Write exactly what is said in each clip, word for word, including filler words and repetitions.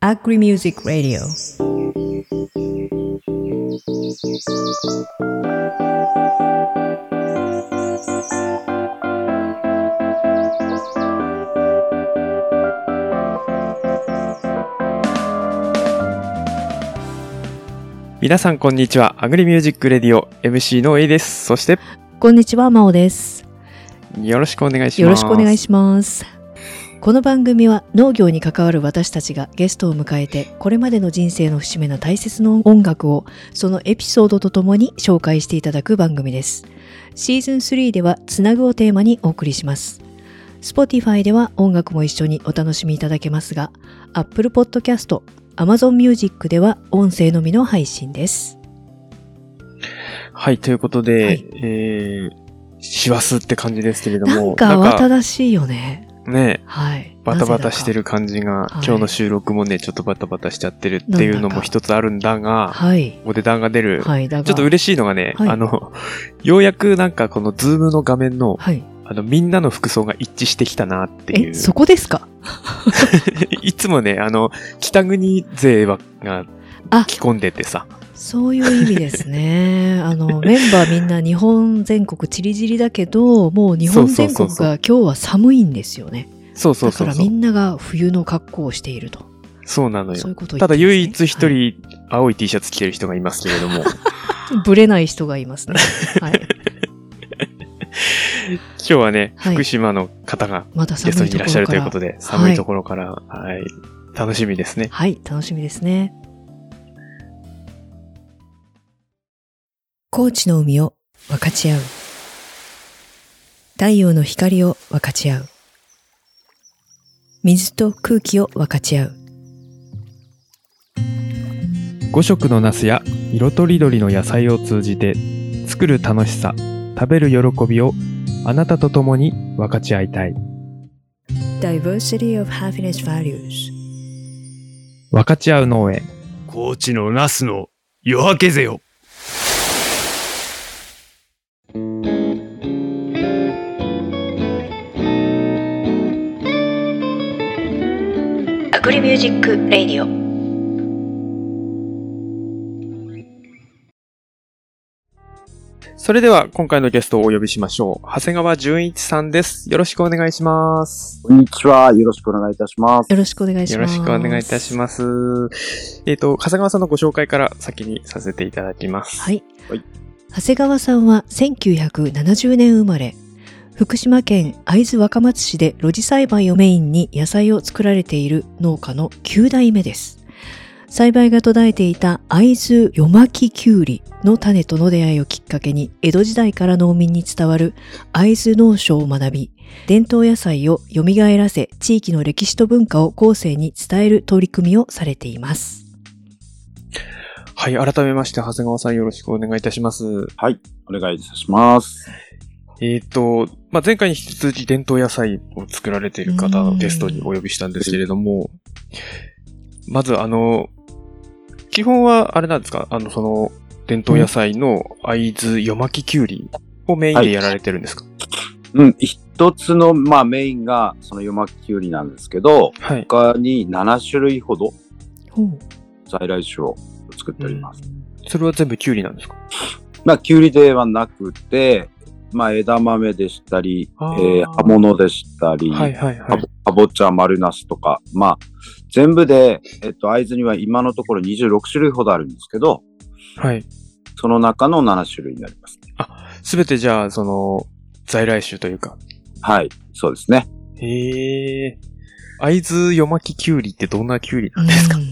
Agri Music Radio。 皆さんこんにちは。アグリミュージックレディオ エムシー の A です。そしてこんにちは、まおです。 よろしくお願いします。 よろしくお願いします。この番組は農業に関わる私たちがゲストを迎えて、これまでの人生の節目の大切な音楽をそのエピソードとともに紹介していただく番組です。シーズンスリーではつなぐをテーマにお送りします。Spotify では音楽も一緒にお楽しみいただけますが、Apple Podcast、Amazon Music では音声のみの配信です。 はい、ということで、はい、えー、師走って感じですけれども。 なんか慌ただしいよね。 ねえ。 はい。 バタバタしてる感じが、今日の収録もね、ちょっとバタバタしちゃってるっていうのも一つあるんだが、はい。ここで弾が出る。はい、だがちょっと嬉しいのがね、はい、あの、ようやくなんかこのズームの画面の、はい。あの、みんなの服装が一致してきたなっていう。 え、そこですか？ いつもね、あの、北国勢はが着込んでてさ。 そういう意味ですね。あの、メンバーみんな日本全国チリチリだけど、もう日本全国が今日は寒いんですよね。 そうそうそうそう。 だからみんなが冬の格好をしていると。 そうなのよ。 そういうことを言ってますね。ただ唯一一人青い T シャツ着てる人がいますけれども。 ブレない人がいますね。はい。 今日はね、はい、福島の方がゲストにいらっしゃるということで、寒いところから、はい、はい、楽しみですね。 はい、楽しみですね。高知の海を分かち合う。太陽の光を分かち合う。水と空気を分かち合う。 ご色のナスや色とりどりの野菜を通じて作る楽しさ、食べる喜びをあなたと共に分かち合いたい。 Diversity of Happiness Values。 分かち合う農園、 高知のナスの夜明けぜよ。 アグリミュージックレディオ。 それでは今回のゲストをお呼びしましょう。長谷川純一さんです。よろしくお願いします。 こんにちは。よろしくお願いいたします。 よろしくお願いします。 よろしくお願いいたします。えっと、長谷川さんのご紹介から先にさせていただきます。 はい。はい、長谷川さんはせんきゅうひゃくななじゅうねん生まれ、福島県会津若松市で露地栽培をメインに野菜を作られている農家のきゅう代目です。栽培が途絶えていた会津夜巻ききゅうりの種との出会いをきっかけに、江戸時代から農民に伝わる会津農書を学び、伝統野菜を蘇らせ、地域の歴史と文化を後世に伝える取り組みをされています。 はい、改めまして長谷川さん、よろしくお願いいたします。 はい、お願いいたします。 えっと、まあ、前回に引き続き伝統野菜を作られている方をゲストにお呼びしたんですけれども、まずあの、基本はあれなんですか？あの、その、伝統野菜の会津夜巻ききゅうりをメインでやられてるんですか？ はい、うん、一つの、まあ、メインがその夜巻ききゅうりなんですけど、はい、他になな種類ほど在来種を作っております。 うん、それは全部きゅうりなんですか？ まあ、きゅうりではなくて、まあ、枝豆でしたり、えー、葉物でしたり、はいはいはい、かぼちゃ、丸ナスとか、まあ、全部で、えっと、会津には今のところにじゅうろく種類ほどあるんですけど、はい。その中のなな種類になります。 あ、すべてじゃあ、その、在来種というか。 はい、そうですね。 へえ。会津夜巻ききゅうりってどんなきゅうりなんですか？うんうん、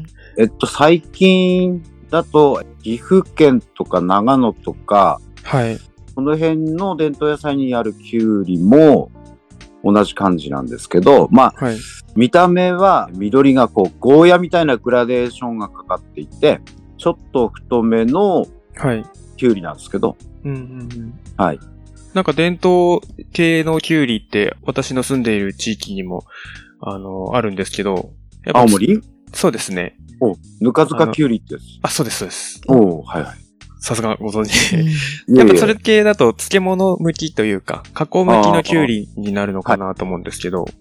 えっと、最近だと、岐阜県とか長野とか、はい。この辺の伝統野菜にあるきゅうりも同じ感じなんですけど、まあ、はい、見た目は緑がこうゴーヤみたいなグラデーションがかかっていて、ちょっと太めのきゅうりなんですけど、はい、うんうんうん、はい。 なんか伝統系のきゅうりって私の住んでいる地域にもあのあるんですけど、 やっぱ青森？ そうですね。 お、ぬか塚きゅうりってやつ。 あ、そうですそうです。 お、はいはい。 さすがご存知で。うん、やっぱそれ系だと漬物向きというか、加工向きのキュウリになるのかなと思うんですけど。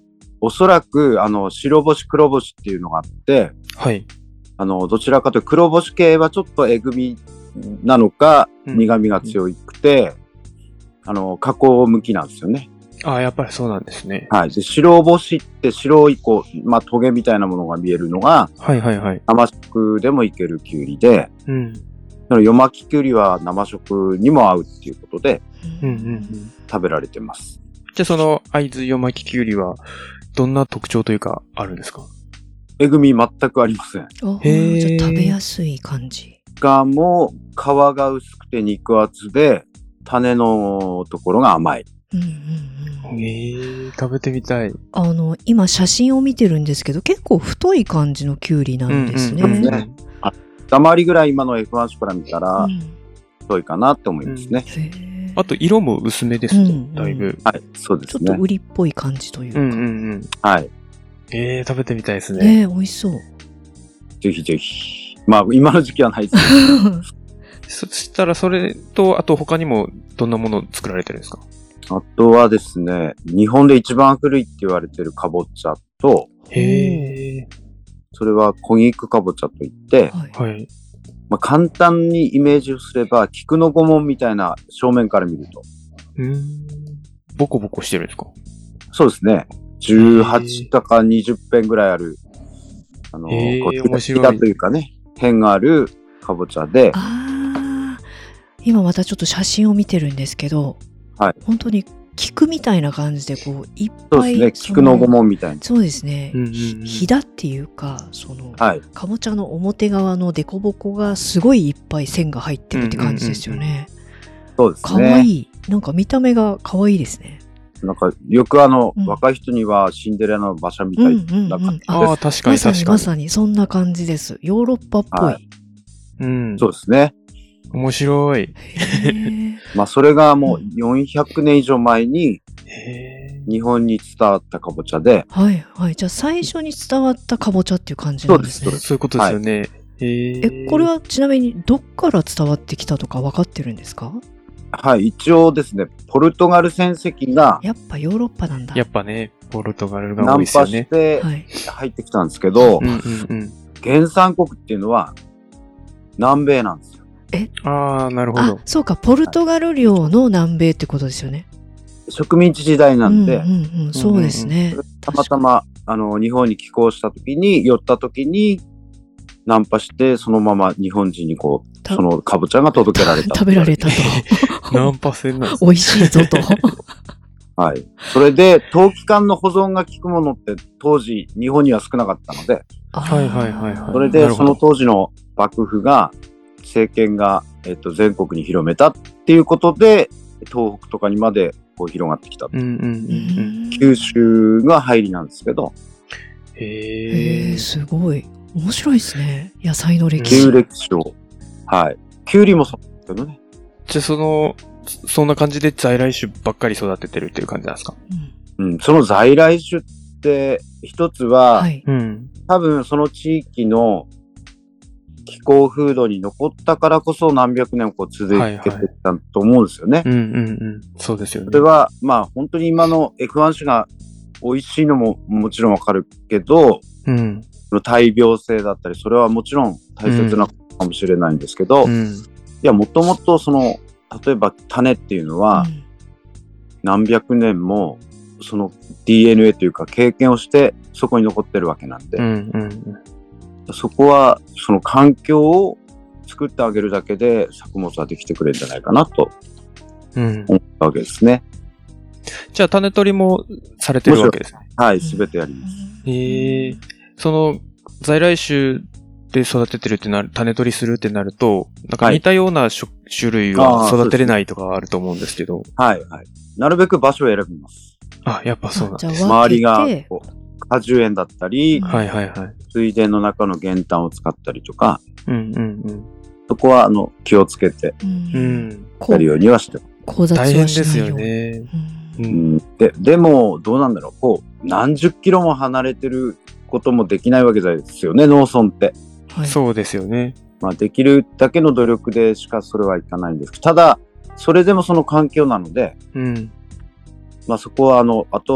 おそらく、あの、白星、黒星っていうのがあって、 はい。 あの、どちらかというと黒星系はちょっとえぐみなのか、うん、苦みが強くて、うん、あの、加工向きなんですよね。 ああ、やっぱりそうなんですね。 はい。で、白星って白いこう、まあ、トゲみたいなものが見えるのが、 はいはいはい。 生食でもいけるキュウリで、 うん。 その夜巻きキュウリは生食にも合うっていうことで、 うんうんうん、 食べられてます。 じゃあその会津夜巻きキュウリは、どんな特徴というか、あるんですか？ えぐみ全くありません。 へえ。じゃあ食べやすい感じ。 しかも、皮が薄くて肉厚で、種のところが甘い。 うんうんうん、 えー、食べてみたい。 あの、今写真を見てるんですけど、結構太い感じのキュウリなんですね。 うんうんうんうん、あ、二回りぐらい今の エフワン 種から見たら、太いかなって思いますね。 うん、あと、色も薄めですね、うんうん、だいぶ。 はい、そうですね。 ちょっとウリっぽい感じというか。うんうんうん、 はい。 えー、食べてみたいですね。 ねえ、美味しそう。 ぜひぜひ。まあ、今の時期はないですけど。 そしたら、それと、あと他にもどんなものを作られてるんですか？ あとはですね、日本で一番古いって言われてるかぼちゃと、 へー。 それは小菊かぼちゃといって、 はい。 まあ、簡単にイメージをすれば、菊の御紋みたいな正面から見ると。 うーん。ボコボコしてるんですか？ そうですね。じゅうはちとかにじゅっぺんぐらいある、あの、 面白い。 というかね、辺があるかぼちゃで。 ああ、今またちょっと写真を見てるんですけど、 はい。 本当に菊みたいな感じで、こう、いっぱい。 そうですね。菊の御紋みたいな。 そうですね。 うんうんうん、 ひだっていうか、その、 はい、 かぼちゃの表側のデコボコがすごいいっぱい線が入ってるって感じですよね。 うんうんうん、そうですね。 かわいい。なんか見た目がかわいいですね。 なんか、よくあの、うん、若い人にはシンデレラの馬車みたいな感じです。 ああ、確かに確かに。 まさにそんな感じです。ヨーロッパっぽい。はい、 うん。 そうですね。 面白い。 まあ、それがもうよんひゃくねん以上前に、日本に伝わったかぼちゃで。 はいはい。じゃあ最初に伝わったかぼちゃっていう感じなんですね。 そうです。そういうことですよね。はい、 え、これはちなみにどっから伝わってきたとか分かってるんですか？ はい、一応ですね、ポルトガル船籍が。 やっぱヨーロッパなんだ。 やっぱね、ポルトガルが多いですよね。 ナンパして入ってきたんですけど、 はい、うんうんうん、 原産国っていうのは南米なんですよ。 えああ、なるほど。 あ、そうか、ポルトガル領の南米ってことですよね。 植民地時代なんで、 うんうんうん、そうですね。 たまたまあの日本に寄港した時に寄った時にナンパしてそのまま日本人にこうそのかぼちゃが届けられた。 食べられたと。 ナンパ船なんです、 ね。美味しいぞと。 はい。それで冬期間の保存が効くものって当時日本には少なかったので、 はいはいはいはい。 それでその当時の幕府が政権がえっと全国に広めたっていうことで東北とかにまでこう広がってきた、 うんうんうんうん、 九州が入りなんですけど。 へえ、すごい面白いですね。野菜の歴史。 旧歴史を、はい。きゅうりもそうですけどね。 じゃあそのそんな感じで在来種ばっかり育ててるっていう感じなんですか？ うん、うん、その在来種って一つは、 はい、 うん、 多分その地域の気候風土に残ったからこそ何百年こう続けてきたと思うんですよね。 はいはい、うんうんうん。そうですよね。 それは、まあ本当に今の エフワン 種が美味しいのももちろんわかるけど、 うん、 大病性だったり、それはもちろん大切なことかもしれないんですけど、 うん、いや、もともとその、例えば種っていうのは、何百年もその ディーエヌエー というか経験をしてそこに残ってるわけなんで、 うんうん、 そこはその環境を作ってあげるだけで作物はできてくれるんじゃないかなと思ったわけですね。 うん、じゃあ種取りもされてるわけですね。 はい、すべてやります。 へえ。その在来種で育ててるってなる、種取りするってなると、なんか似たような、はい、種類は育てれないとかあると思うんですけど。 はいはい。なるべく場所を選びます。 あ、やっぱそうなんです。 周りがこう果樹園だったり、 はいはいはい。 水田の中の原炭を使ったりとか、 うんうんうん。 そこはあの気をつけて、 うん、 やるようにはしてます。 大変ですよね。 うんうん、で、でもどうなんだろう、こう何十キロも離れてることもできないわけですよね、農村って。 はい、そうですよね。 まあできるだけの努力でしかそれはいかないんです。ただそれでもその環境なので、 うん、 まあそこはあのあとは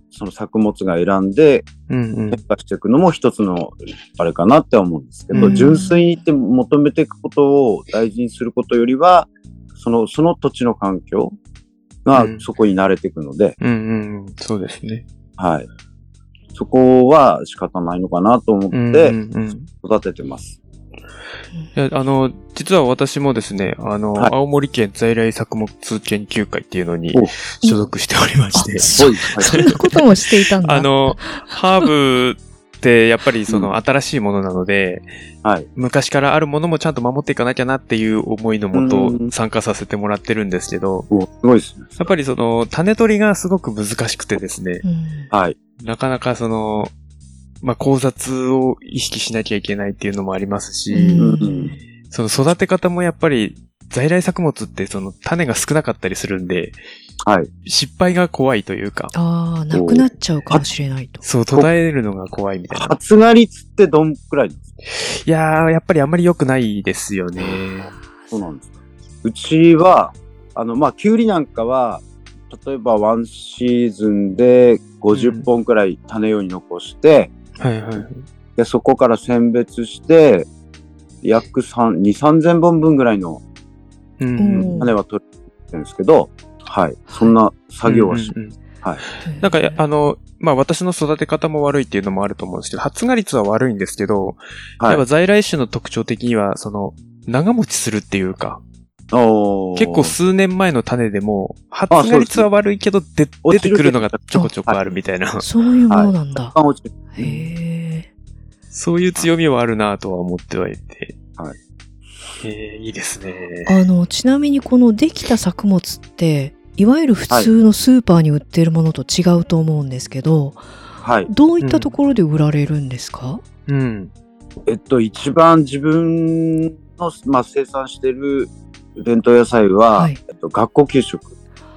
その作物が選んで変化していくのも一つのあれかなって思うんですけど、うん、純粋にって求めていくことを大事にすることよりは、そのその土地の環境がそこに慣れていくので、 うんうんうん、そうですね。 はい。そこは仕方ないのかなと思って育ててます。 いや、あの、実は私もですね、あの、はい、青森県在来作物研究会っていうのに所属しておりまして。 そんなこともしていたんだ。 あの、ハーブってやっぱりその新しいものなので、 うんはい、 昔からあるものもちゃんと守っていかなきゃなっていう思いのもと参加させてもらってるんですけど、 すごいですね。 やっぱりその種取りがすごく難しくてですね、 はい、 なかなかその、まあ、交雑を意識しなきゃいけないっていうのもありますし、うん、その育て方もやっぱり在来作物ってその種が少なかったりするんで、 はい、 失敗が怖いというか。 ああ、なくなっちゃうかもしれないと。 そう、途絶えるのが怖いみたいな。 発芽率ってどんくらいですか？ いやー、やっぱりあんまり良くないですよね。 そうなんですか。うちは、あの、まあ、キュウリなんかは、例えばワンシーズンでごじゅっぽんくらい種用に残して、 うん、はいはい。 で、そこから選別して、約に、さんぜんぼんぶんぐらいの種は取れてるんですけど、はい。そんな作業はし、うんうんうん、はい。 なんか、あの、まあ、私の育て方も悪いっていうのもあると思うんですけど、発芽率は悪いんですけど、はい、やっぱ在来種の特徴的には、その、長持ちするっていうか、 お結構数年前の種でも、発芽率は悪いけど、で出てくるのがちょこちょこあるみたいな。 はい、そういうものなんだ。 はい、 へそういう強みはあるなとは思ってはいて。 はい。 へえ、いいですね。 あの、ちなみにこのできた作物って、いわゆる普通のスーパーに売っているものと違うと思うんですけど、 はい。 どういったところで売られるんですか？ うん。うん、 えっと、一番自分の、まあ、生産している伝統野菜は、はい、えっと、学校給食。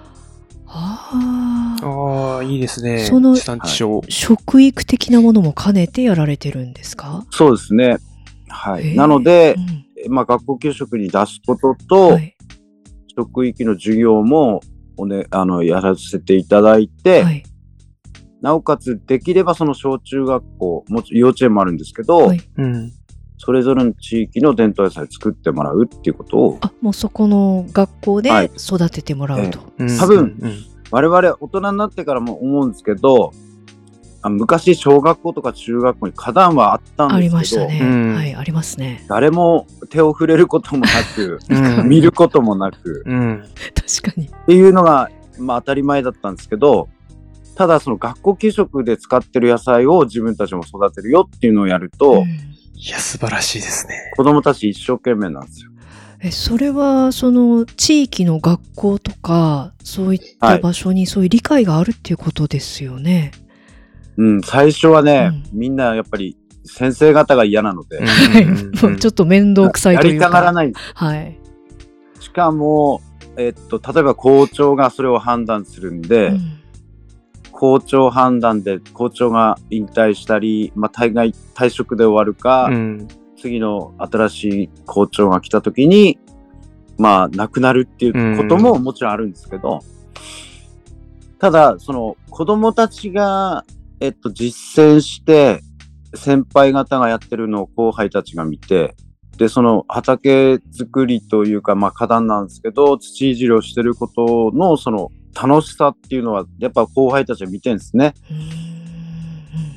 ああ。あ、いいですね。 その、 地産地消、はい、 食育的なものも兼ねてやられてるんですか？ そうですね。はい。なので、うん、まあ、学校給食に出すことと、はい、食育の授業も、おね、あの、やらせていただいて、はい、なおかつ、できればその小中学校、もち幼稚園もあるんですけど、はい、 うん、 それぞれの地域の伝統野菜を作ってもらうっていうことを。 あ、もうそこの学校で育ててもらうと。はいえー、多分、うん、我々大人になってからも思うんですけど、あ昔小学校とか中学校に花壇はあったんですけど。 ありましたね。うん、はい、ありますね。 誰も手を触れることもなく、うん、見ることもなく、 うん、 確かに。 っていうのが、まあ当たり前だったんですけど、ただその学校給食で使ってる野菜を自分たちも育てるよっていうのをやると、うん、 いや、素晴らしいですね。 子供たち一生懸命なんですよ。 え、それは、その、地域の学校とか、そういった場所にそういう理解があるっていうことですよね。 はい、うん、最初はね、うん、みんなやっぱり、先生方が嫌なので。 はい。もうちょっと面倒くさいというか。 やりたがらないんです。 はい。 しかも、えっと、例えば校長がそれを判断するんで、うん、校長判断で校長が引退したり、まあ、大概退職で終わるか、うん、次の新しい校長が来た時に、まあ、亡くなるっていうことももちろんあるんですけど、うん、ただ、その子供たちが、えっと、実践して、先輩方がやってるのを後輩たちが見て、で、その畑作りというか、まあ花壇なんですけど、土いじりをしてることのその楽しさっていうのは、やっぱ後輩たちは見てるんですね。 うん。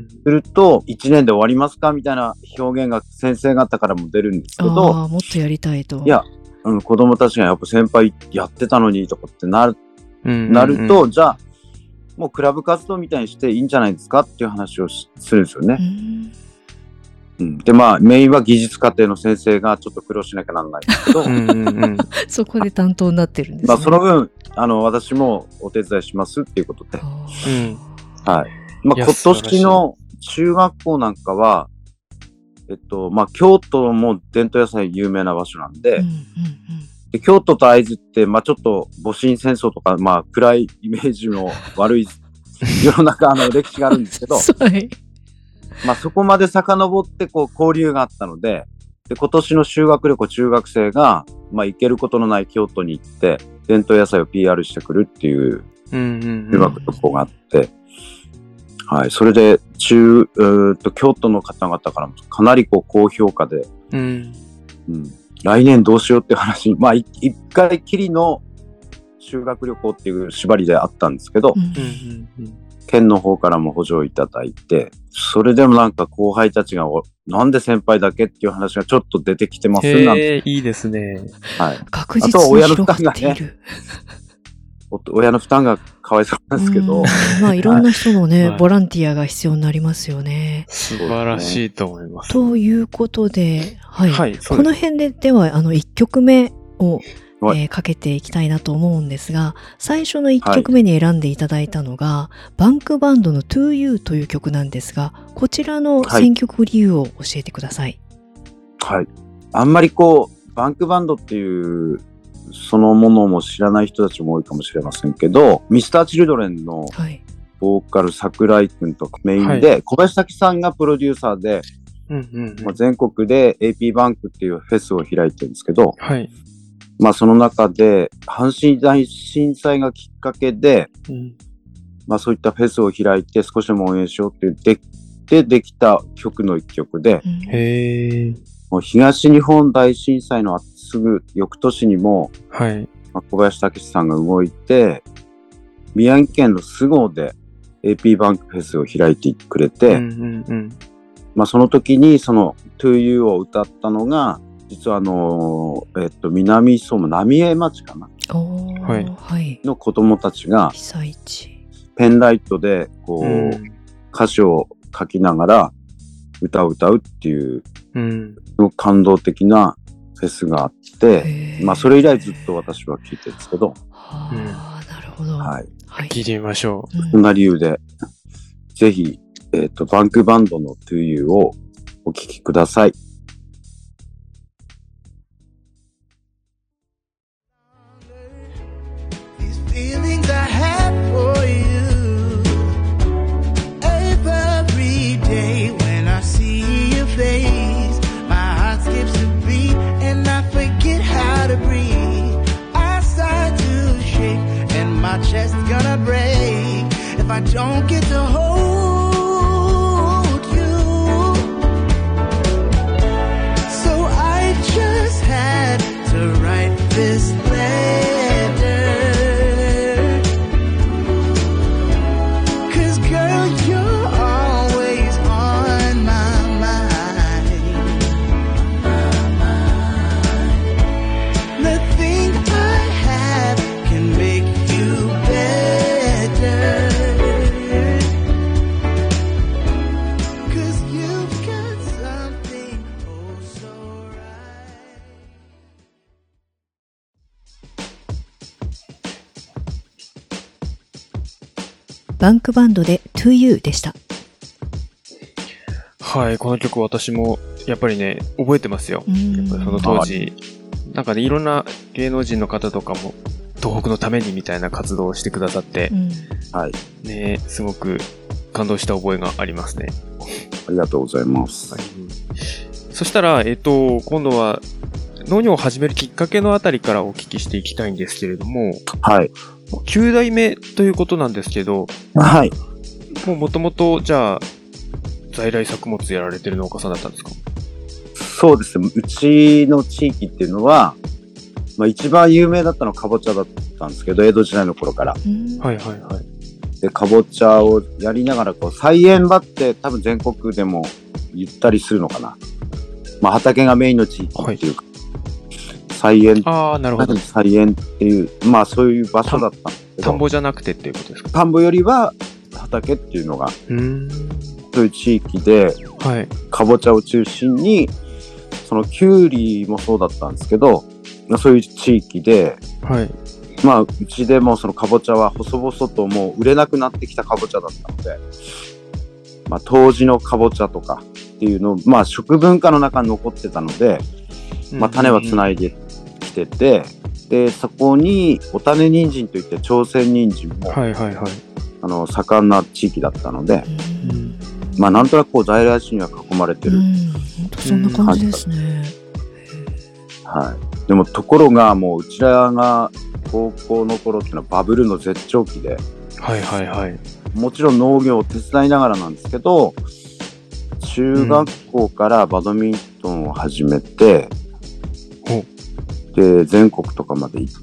すると、いちねんで終わりますかみたいな表現が先生方からも出るんですけど、 ああ、もっとやりたいと。 いや、うん、子供たちがやっぱ先輩やってたのにとかってなる、うんうんうん、なると、じゃあ、もうクラブ活動みたいにしていいんじゃないですかっていう話をするんですよね。 うんうん、で、まあ、メインは技術課程の先生がちょっと苦労しなきゃなんないんですけど、うんうんうん、そこで担当になってるんですね。 まあ、その分、あの、私もお手伝いしますっていうことで。 うん、 はい。まあ、今年の中学校なんかは、えっと、まあ、京都も伝統野菜有名な場所なんで、うんうんうん、で京都と会津って、まあ、ちょっと戊辰戦争とか、まあ、暗いイメージの悪い世の中の歴史があるんですけど、 はい、 まあそこまで遡ってこう交流があったので、で今年の修学旅行中学生がまあ行けることのない京都に行って伝統野菜を ピーアール してくるっていう中学の子があって、はい。それで、中、うーと、京都の方々からもかなりこう高評価で、 うんうん、来年どうしようっていう話に、まあ、一回きりの修学旅行っていう縛りであったんですけど、 うんうんうん、 県の方からも補助をいただいて、それでもなんか後輩たちが、なんで先輩だけっていう話がちょっと出てきてますね。へー、いいですね。 はい。確実に広がっている。 親の負担がかわいそうなんですけど。 まあいろんな人のね、はい、ボランティアが必要になりますよね。 素晴らしいと思います。 ということで、はい。はい、この辺ででは、あの、いっきょくめを、えー、かけていきたいなと思うんですが、最初のいっきょくめに選んでいただいたのが、はい、バンクバンドの トゥーユー という曲なんですが、こちらの選曲理由を教えてください。 はい。はい、あんまりこう、バンクバンドっていう、そのものも知らない人たちも多いかもしれませんけど、ミスターチルドレンのボーカル桜井くんとメインで、はい、小林咲さんがプロデューサーで、 うんうんうん、 全国で エーピー バンクっていうフェスを開いてるんですけど、 はい、 まあその中で阪神大震災がきっかけで、うん、まあそういったフェスを開いて少しでも応援しようって言ってできた曲の一曲で、 うん、へー、 もう東日本大震災のすぐ翌年にも、 はい、 まあ、小林武史さんが動いて、宮城県の菅生で エーピー バンクフェスを開いてくれて、 うんうんうん、 まあその時にその トゥーユー を歌ったのが、実はあのー、えっと、南相馬、浪江町かな、 はい、 の子供たちが、 被災地。 ペンライトで、こう、うん、歌詞を書きながら歌を歌うっていう、 うん、 感動的なフェスがあって、まあそれ以来ずっと私は聴いてるんですけど。 はあ、うん、なるほど。 はい。 聴いてみましょう。そんな理由で、ぜひ、えっと、バンクバンドの トゥーユー をお聴きください。 Gonna break if I don't get to hold you. So I just had to write this letter. 'Cause girl, you're always on my mind. Nothing I have can make you better, 'cause you've got something oh so right. バンクバンドで トゥーユー でした。 はい、この曲私もやっぱりね、覚えてますよ。やっぱりその当時、なんかね、いろんな芸能人の方とかも、東北のためにみたいな活動をしてくださって、うん、 はい。 ね、すごく感動した覚えがありますね。 ありがとうございます。はい、 そしたら、えっと、今度は農業を始めるきっかけのあたりからお聞きしていきたいんですけれども、 はい。 きゅう代目ということなんですけど、 はい。 もう元々、じゃあ、在来作物やられてる農家さんだったんですか？ そうですね。うちの地域っていうのは、まあ一番有名だったのはかぼちゃだったんですけど、江戸時代の頃から。 はいはいはい。 で、かぼちゃをやりながら、こう、菜園場って多分全国でも言ったりするのかな。まあ畑がメインの地域っていうか、はい、菜園。 ああ、なるほど。 菜園っていう、まあそういう場所だったんですけど。 田んぼじゃなくてっていうことですか？ 田んぼよりは畑っていうのが、 うーん、 そういう地域で、 はい、 かぼちゃを中心に、そのきゅうりもそうだったんですけど、そういう地域で、 はい、 まあうちでもそのかぼちゃは細々ともう売れなくなってきたかぼちゃだったので、まあ当時のかぼちゃとかっていうの、まあ食文化の中に残ってたので、まあ種はつないできてて、でそこにお種人参といって朝鮮人参も、 はいはいはい、 あの盛んな地域だったので、まあなんとなくこう在来種には囲まれてる。 本当そんな感じですね。 はい。でもところがもううちらが高校の頃っていうのはバブルの絶頂期で、 はいはいはい。 もちろん農業を手伝いながらなんですけど、中学校からバドミントンを始めて、うん、で、全国とかまで行って、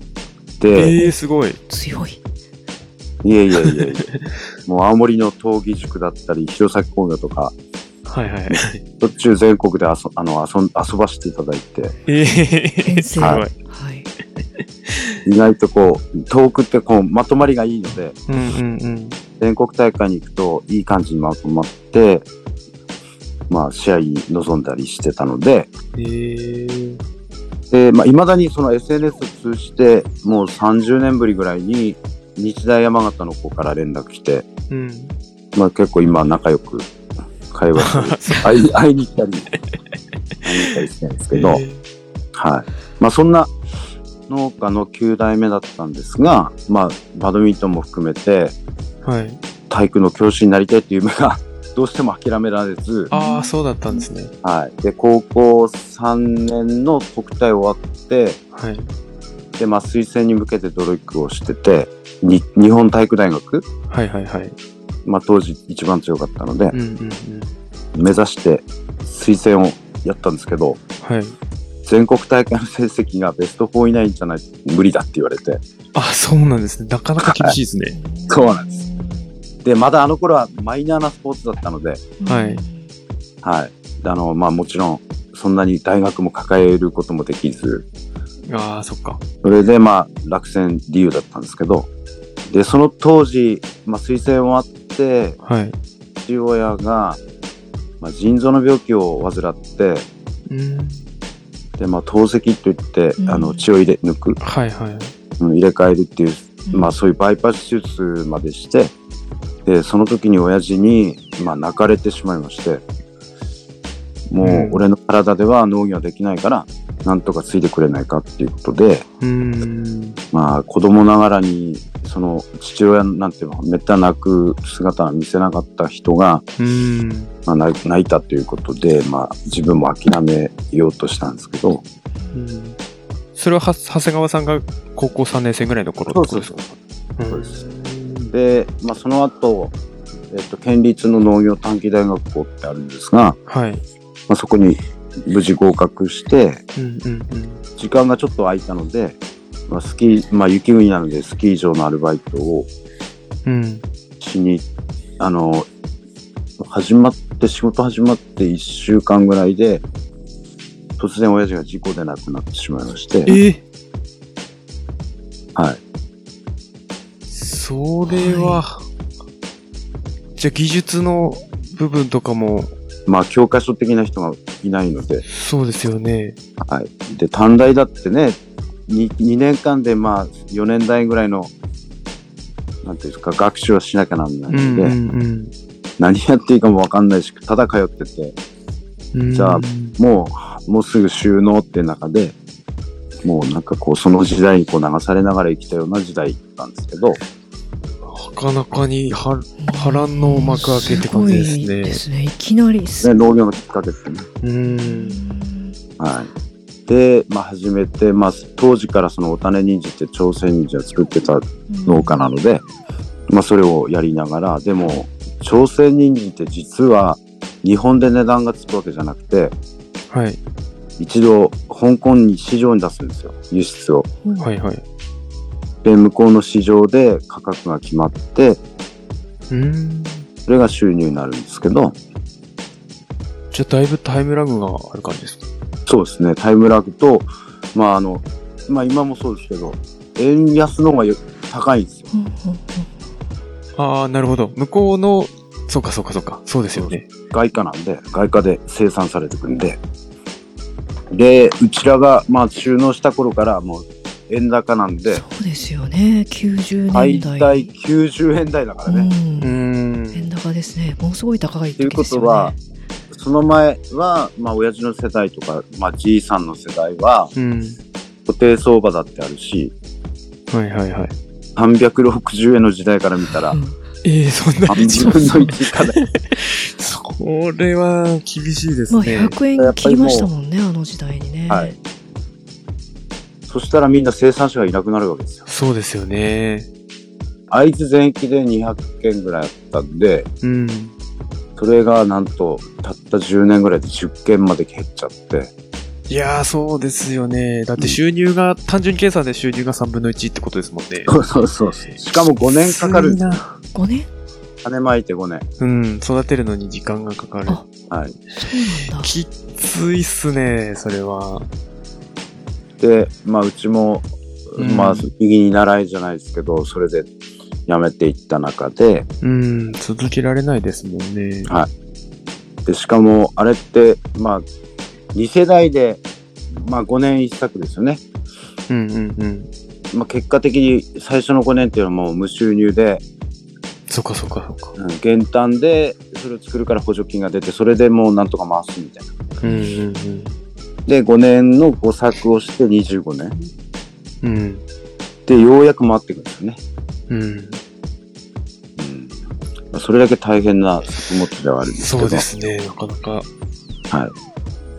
えー、すごい。 強い。 いえいえいえいえ。もう青森の闘技塾だったり、弘前工業とか、 はいはい。 途中全国であそあの遊ん遊ばせていただいて。 えー、すごい。はい。 意外とこう、遠くってこう、まとまりがいいので、 うんうんうん、 全国大会に行くといい感じにまとまって、まあ試合に臨んだりしてたので、 えー、 で、まあ未だにその エスエヌエス を通じて、もうさんじゅうねんぶりぐらいに、日大山形の子から連絡来て、 うん、 まあ結構今仲良く会話して会い、会いに行ったり、会いに行ったりしてるんですけど、えー、はい。まあそんな農家のきゅう代目だったんですが、まあバドミントンも含めて、 はい、 体育の教師になりたいっていう夢がどうしても諦められず、 ああ、そうだったんですね。 はい。で、高校さんねんの国体終わって、 はい。 で、まあ推薦に向けて努力をしてて、に日本体育大学、 はいはいはい。 まあ当時一番強かったので、 うんうんうん、 目指して推薦をやったんですけど、 はい。 全国大会の成績がベストよん以内じゃないと無理だって言われて。 あ、そうなんですね。なかなか厳しいですね。はい、 そうなんです。で、まだあの頃はマイナーなスポーツだったので、 はい。 はい。あの、まあもちろん、そんなに大学も抱えることもできず、 ああ、そっか。 それでまあ落選理由だったんですけど、で、その当時、まあ推薦終わって、 はい。 父親が、まあ、腎臓の病気を患って、 うん、 で、まあ透析といって、うん、あの血を入れ、抜く。 はいはい。 うん、入れ替えるっていう、うん、まあそういうバイパス手術までして、で、その時に親父に、まあ泣かれてしまいまして、もう俺の体では農業できないから、なんとかついてくれないかっていうことで、 うーん、 まあ子供ながらにその父親なんていうのめった泣く姿は見せなかった人が、 うーん、 まあ、泣いたということで、まあ自分も諦めようとしたんですけど、 うん、それはは長谷川さんが高校さんねん生ぐらいの頃ってことですか？ そうです。で、まあその後、えっと県立の農業短期大学校ってあるんですが、 はい。 まあ、そこに無事合格して、 うんうんうん、 時間がちょっと空いたので、まあ、スキー、まあ、雪国なのでスキー場のアルバイトをしに、うん、あの、始まって、仕事始まっていっしゅうかんぐらいで、突然親父が事故で亡くなってしまいまして。 えー、はい。 それは、はい、じゃあ技術の部分とかも、 まあ、教科書的な人がいないので。 そうですよね。 はい。で、短大だってね、に, にねんかんでまあ、よねん代ぐらいの、なんていうんですか、学習をしなきゃなんないので、うんうんうん、何やっていいかもわかんないし、ただ通ってて、うん、じゃあ、もう、もうすぐ収納っていう中で、もうなんかこう、その時代にこう流されながら生きたような時代だったんですけど、 なかなかに波乱の幕開けって感じですね。すごいですね。いきなりですね。農業のきっかけですね。 うーん。 はい。で、まあ始めて、まあ当時からそのお種人参って朝鮮人参を作ってた農家なので、まあそれをやりながら、でも朝鮮人参って実は日本で値段がつくわけじゃなくて、 はい。 一度香港に市場に出すんですよ。輸出を。 はいはい。 で、向こうの市場で価格が決まって、 うーん、 それが収入になるんですけど。 じゃあだいぶタイムラグがある感じですか？ そうですね。タイムラグと、まああの、まあ今もそうですけど、円安の方が高いんですよ。 ああ、なるほど。向こうの、そうかそうかそうか。そうですよね。 外貨なんで、外貨で生産されてくんで。で、うちらが、まあ収納した頃からもう、円高なんで。 そうですよね。きゅうじゅうねんだい。 大体きゅうじゅうえん台だからね。 うん。円高ですね。ものすごい高い時ですよね。 ということは、その前は、まあ親父の世代とか、まあじいさんの世代は、うん、固定相場だってあるし、 はいはいはい。 さんびゃくろくじゅうえんの時代から見たら、うん、 ええー、そんな半分のいち以下で。 それは厳しいですね。 まあひゃくえん切りましたもんね、あの時代にね。 はい。そしたらみんな生産者がいなくなるわけですよ。 そうですよね。 会津全域でにひゃくけんぐらいあったんで、 うん。 それがなんとたったじゅうねんぐらいでじゅっけんまで減っちゃって。 いやー、そうですよね。だって収入が、うん、単純計算で収入がさんぶんのいちってことですもんね。 そうそうそう。しかもごねんかかるんですよ。 ごねん？ 種まいてごねん。 うん、育てるのに時間がかかる。 あ、 はい。 そうなんだ。 きついっすね、それは。 で、まあうちも、うん、まあ右に習いじゃないですけど、それで辞めていった中で。 うん、続けられないですもんね。 はい。で、しかもあれって、まあ、に世代で、まあごねん一作ですよね。 うんうんうん。 まあ結果的に最初のごねんっていうのはもう無収入で、 そっかそっかそっか。 うん、減反でそれを作るから補助金が出て、それでもうなんとか回すみたいな。 うんうんうん。で、 ごねんのご作をしてにじゅうごねん。 うん。 で、ようやく回っていくんですよね。 うん。 うん。それだけ大変な作物ではあるんですけど。 そうですね、なかなか。 はい。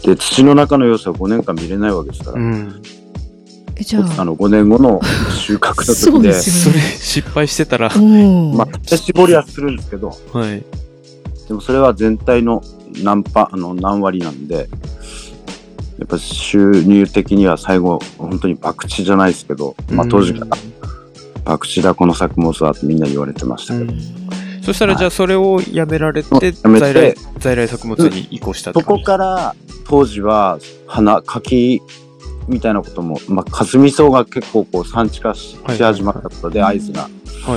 で、土の中の様子はごねんかん見れないわけですから。 うん。 え、じゃあ。 あの、ごねんごの収穫の時で。 そうですよね。 それ、失敗してたら。 まあ、種絞りはするんですけど。 はい。 でもそれは全体の何パ、あの、何割なんで、やっぱ収入的には最後、本当に博打じゃないですけど、まあ当時から、博打だこの作物はってみんな言われてましたけど。 そしたらじゃあそれをやめられて、在来、在来作物に移行したってそこから当時は花、柿みたいなことも、まあかすみ草が結構こう産地化 し,、はい、し始まったことで、会津が。 はい。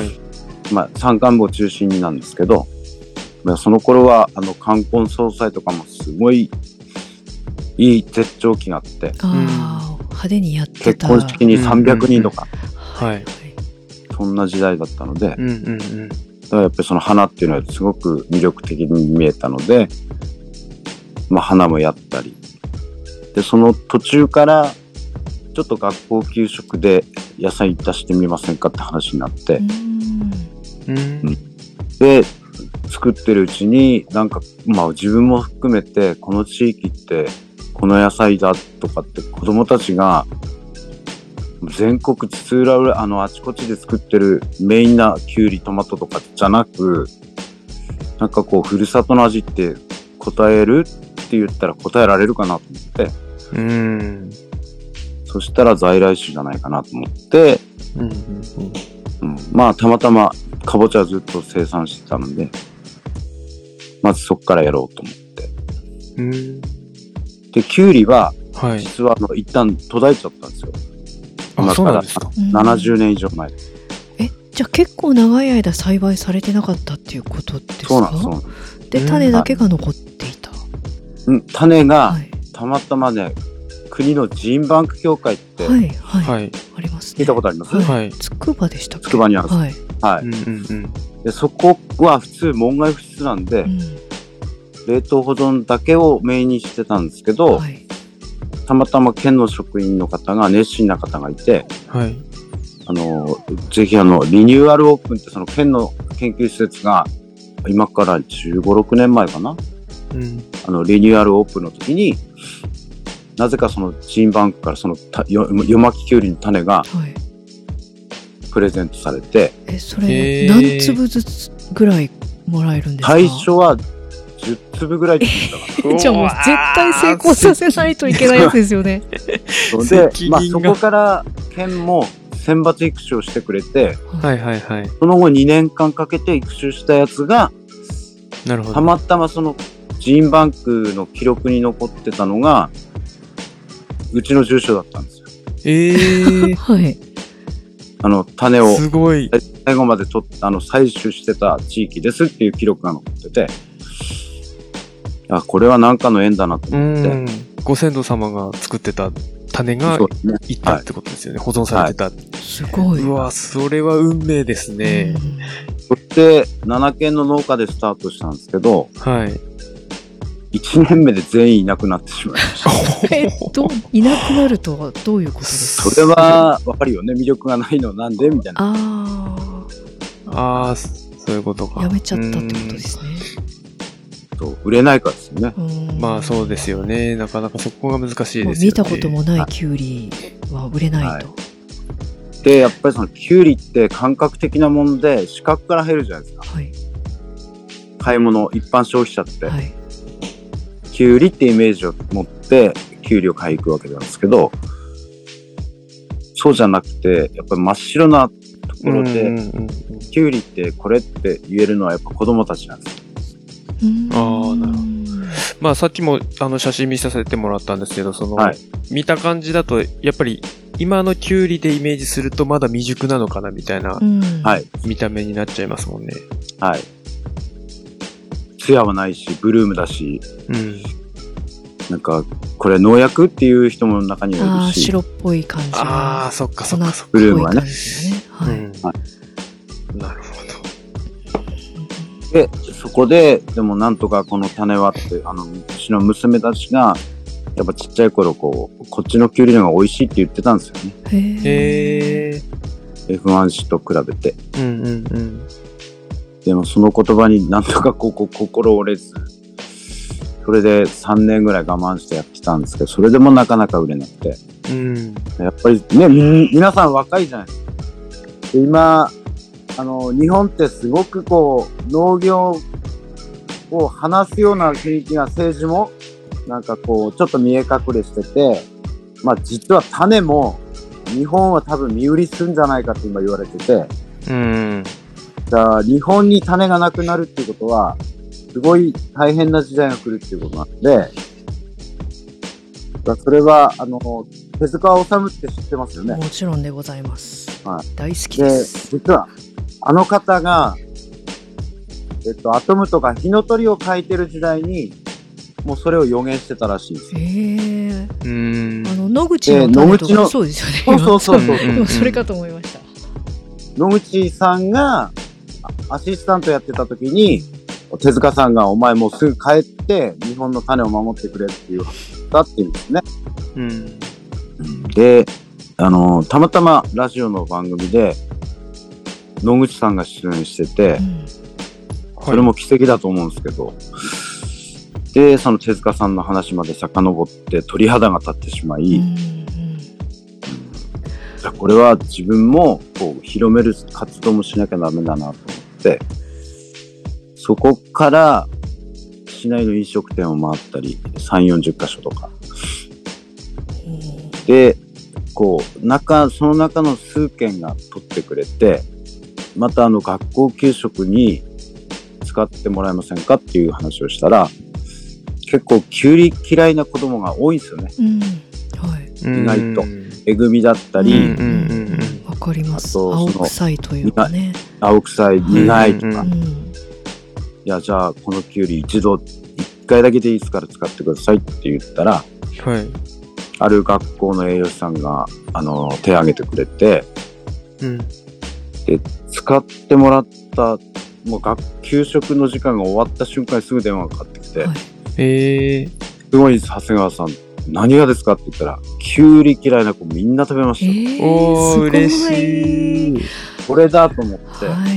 まあ山間部を中心になんですけど、その頃はあの冠婚葬祭とかもすごいいい絶頂期があって、 ああ、派手にやってた。 結婚式にさんびゃくにんとか、 はい、 そんな時代だったので、 うんうんうん、だからやっぱりその花っていうのはすごく魅力的に見えたので、まあ花もやったり、でその途中からちょっと学校給食で野菜出してみませんかって話になって、 うん、うん、 で作ってるうちになんかまあ自分も含めてこの地域ってこの野菜だとかって子供たちが全国津々浦々あのあちこちで作ってるメインなキュウリトマトとかじゃなく、なんかこうふるさとの味って答えるって言ったら答えられるかなと思って、 うーんそしたら在来種じゃないかなと思って、 うんうんうん、まあたまたまかぼちゃずっと生産してたので、まずそこからやろうと思って。 うん、 で、キュウリは、 はい、 実はあの一旦途絶えちゃったんですよ。 あ、そうなんですか。 ななじゅうねん以上前。 え、じゃあ結構長い間栽培されてなかったっていうことですか？ そうなんです、そうなんです。 で、種だけが残っていた。 うん、種が、はい、たまたまね、国のジーンバンク協会って、 はい、はい、 はい、 ありますね。 聞いたことあります？ はい。つくばでしたっけ？ つくばにあるんです。 はい。 はい。 うんうんうん、 でそこは普通門外不出なんで、うん、冷凍保存だけをメインにしてたんですけど、はい、たまたま県の職員の方が熱心な方がいて、 はい、 あのぜひあのリニューアルオープンってその県の研究施設が今からじゅうご、ろくねんまえかな、 うん、 あのリニューアルオープンの時になぜかそのジーンバンクからそのよ夜巻ききゅうりの種がプレゼントされて、はい、 えそれ何粒ずつぐらいもらえるんですか？ 最初はじゅっつぶぐらいって言ったかな。 じゃあもう絶対成功させないといけないやつですよね。 で、まあそこから県も選抜育種をしてくれて、 はいはいはい。 その後にねんかんかけて育種したやつが、 なるほど。 たまたまそのジーンバンクの記録に残ってたのがうちの住所だったんですよ。 ええー、 はい。 あの種をすごい最後までとあの採取してた地域ですっていう記録が残ってて、あ、これは何かの縁だなと思って、 ご先祖様が作ってた種がいったってことですよね。はい、保存されてた、はい、 すごい。 うわ、それは運命ですね。 そしてななけんの農家でスタートしたんですけど、 はい。 いちねんめで全員いなくなってしまいました。 えっと、いなくなるとはどういうことですか？ それはわかるよね。魅力がないのなんでみたいな。 ああ。ああ、そういうことか。 やめちゃったってことですね。 そう売れないからですよね。 まあそうですよね。なかなかそこが難しいですよね。 見たこともないキュウリは売れないと。 で、やっぱりそのキュウリって感覚的なもので視覚から入るじゃないですか。はい、買い物、一般消費者って、はい、キュウリってイメージを持ってキュウリを買いに行くわけなんですけど、そうじゃなくて、やっぱり真っ白なところで、うんうんうん、キュウリってこれって言えるのはやっぱ子供たちなんですよ。 ああ、なるほど。まあさっきもあの写真見させてもらったんですけど、その、はい、見た感じだとやっぱり今のキュウリでイメージするとまだ未熟なのかなみたいな、はい、見た目になっちゃいますもんね。 はい。ツヤはないし、ブルームだし、うん、なんかこれ農薬っていう人も中にはいるし、 あ白っぽい感じが、 ああそっかそっかそっか、 ブルームはね、 はい、うんはい、なるほど。 でそこででもなんとかこの種はってあの私の娘たちがやっぱちっちゃい頃こうこっちのキュウリの方が美味しいって言ってたんですよね。 へえ。 エフワン 種と比べて。 うんうんうん。 でもその言葉になんとかここ心折れず、それでさんねんぐらい我慢してやってたんですけど、それでもなかなか売れなくて。うん。やっぱりね、み皆さん若いじゃないですか。で今あの日本ってすごくこう農業を話すような雰囲気が政治もなんかこうちょっと見え隠れしてて、まあ実は種も日本は多分見売りするんじゃないかって今言われてて、うん。じゃあ日本に種がなくなるっていうことはすごい大変な時代が来るっていうことなんで、それはあの手塚治虫って知ってますよね。 もちろんでございます。はい、大好きでです。 実はあの方がえっとアトムとか火の鳥を描いてる時代にもうそれを予言してたらしいんですよ。へえ。うん。あの野口の種とかそうですよね。 そうそうそうそう。 それかと思いました。 野口さんがアシスタントやってた時に手塚さんがお前もうすぐ帰って日本の種を守ってくれって言ったっていうんですね。うん。で、あのたまたまラジオの番組で野口さんが出演してて、うん、それも奇跡だと思うんですけど、はい、でその手塚さんの話まで遡って鳥肌が立ってしまい、うんうん、じゃあこれは自分もこう広める活動もしなきゃダメだなと思って、そこから市内の飲食店を回ったりさんじゅうよんじゅっかしょとか、うん、でこう中その中の数軒が取ってくれて、またあの学校給食に使ってもらえませんかっていう話をしたら、結構キュウリ嫌いな子供が多いんですよね。うんはい、意外とえぐみだったり、わ、うんうんうん、かります。あと青臭いというかね。 青臭い苦いとか、うんうん、いやじゃあこのキュウリ一度一回だけでいいですから使ってくださいって言ったら、はい、ある学校の栄養士さんがあの手を挙げてくれて、うん、で使ってもらったもう学給食の時間が終わった瞬間にすぐ電話がかかってきて、はい、えー、すごい長谷川さん何がですかって言ったらキュウリ嫌いな子みんな食べました、えー、おー嬉しい、 これだと思って、はい、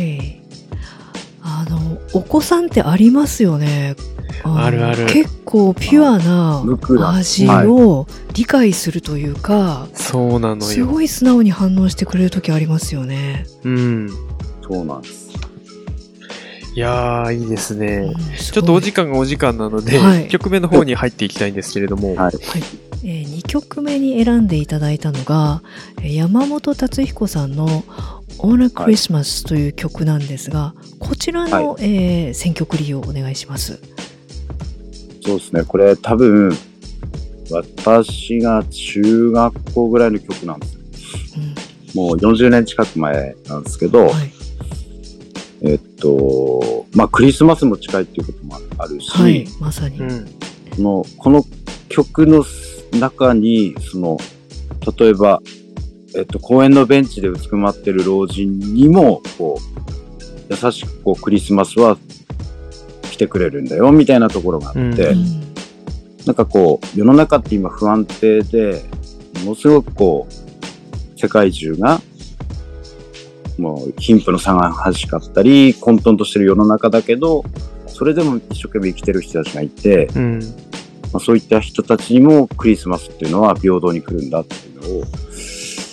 あのお子さんってありますよね。 あ, あるある。 結構ピュアな味を理解するというか、はい、 そうなのよ。 すごい素直に反応してくれる時ありますよね。 うん、そうなんです。 いやーいいですね、うん、ちょっとお時間がお時間なので、はい、いっきょくめの方に入っていきたいんですけれども、はいはいえー、にきょくめに選んでいただいたのが山本達彦さんのOn a Christmas という曲なんですが、こちらの、はいえー、選曲理由をお願いします。 そうですね、これ多分私が中学校ぐらいの曲なんですよ、うん、もうよんじゅうねん近く前なんですけど、はい、えっとまあクリスマスも近いっていうこともあるし、はい、 まさに、うん、 この、この曲の中にその例えば、えっと、公園のベンチでうずくまってる老人にもこう優しくこうクリスマスは来てくれるんだよみたいなところがあって、うん、なんかこう世の中って今不安定でものすごくこう世界中がもう貧富の差が激しかったり混沌としてる世の中だけど、それでも一生懸命生きてる人たちがいて、うんまあ、そういった人たちにもクリスマスっていうのは平等に来るんだっていうのを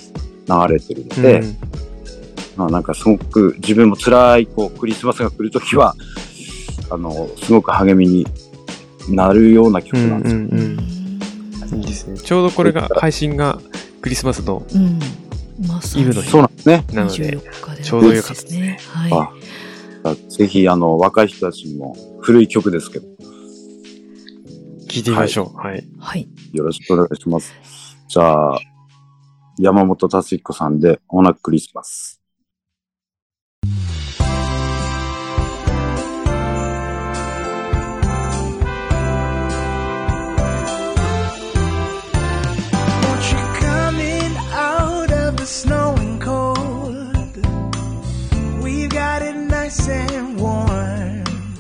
流れてるので、 うん、 まあなんかすごく自分も辛いこうクリスマスが来るときは、あの、すごく励みになるような曲なんですよ。うんうんうん、いいですね。ちょうどこれが、配信がクリスマスのイブの日。 そうなんですね。 なので、ちょうどよかったですね。 はい。 あ、ぜひ、あの、若い人たちにも古い曲ですけど。 聞いてみましょう。はい。 はい。 よろしくお願いします。じゃあ、山本達彦さんで、オーナクリスマス。 Snow and cold, we've got it nice and warm.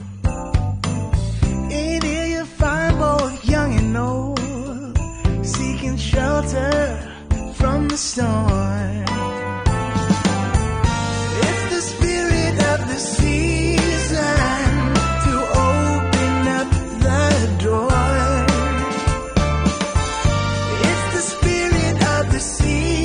In here you find both young and old, seeking shelter from the storm. It's the spirit of the season to open up the door. It's the spirit of the season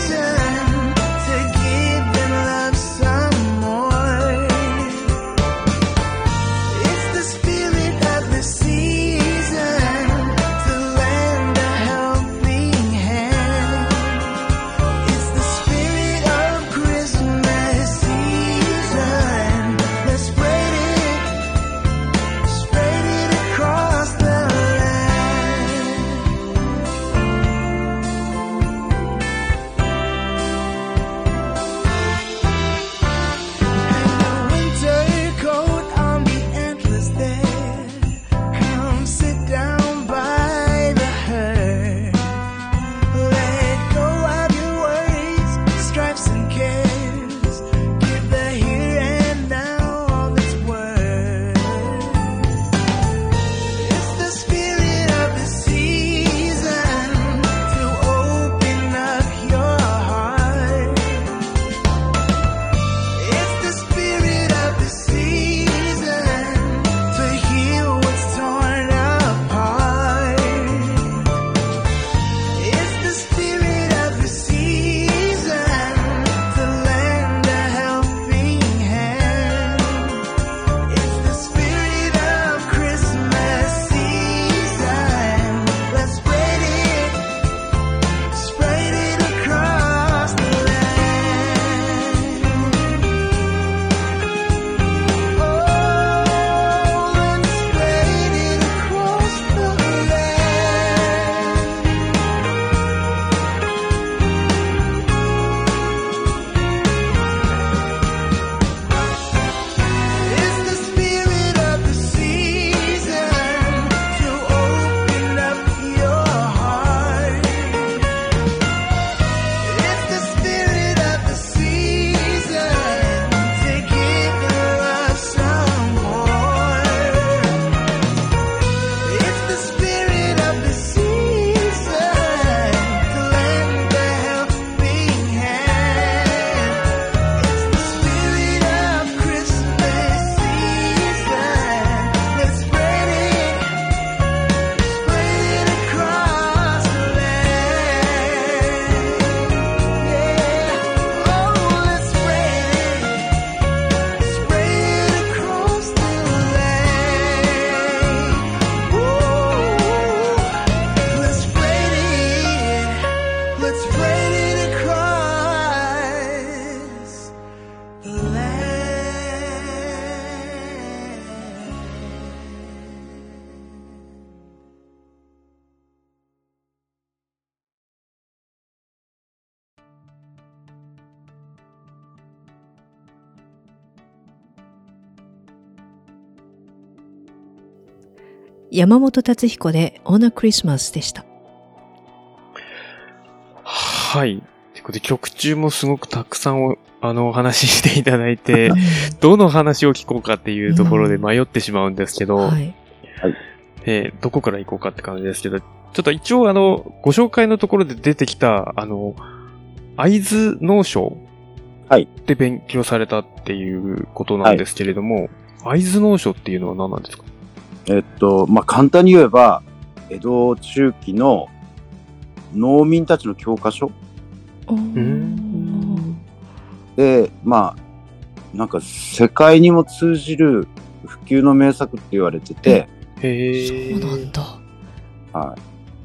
山本達彦で On a Christmas でした。 はい。ということで曲中もすごくたくさんおあのお話ししていただいて、どの話を聞こうかっていうところで迷ってしまうんですけど、うんはい、えー、どこから行こうかって感じですけど、ちょっと一応あのご紹介のところで出てきたあの会津農商で勉強されたっていうことなんですけれども、はい、会津農商っていうのは何なんですか？ えっと、まあ、簡単に言えば、江戸中期の農民たちの教科書うん、 で、まあ、なんか世界にも通じる普及の名作って言われてて、 へそうなんだ。 はい。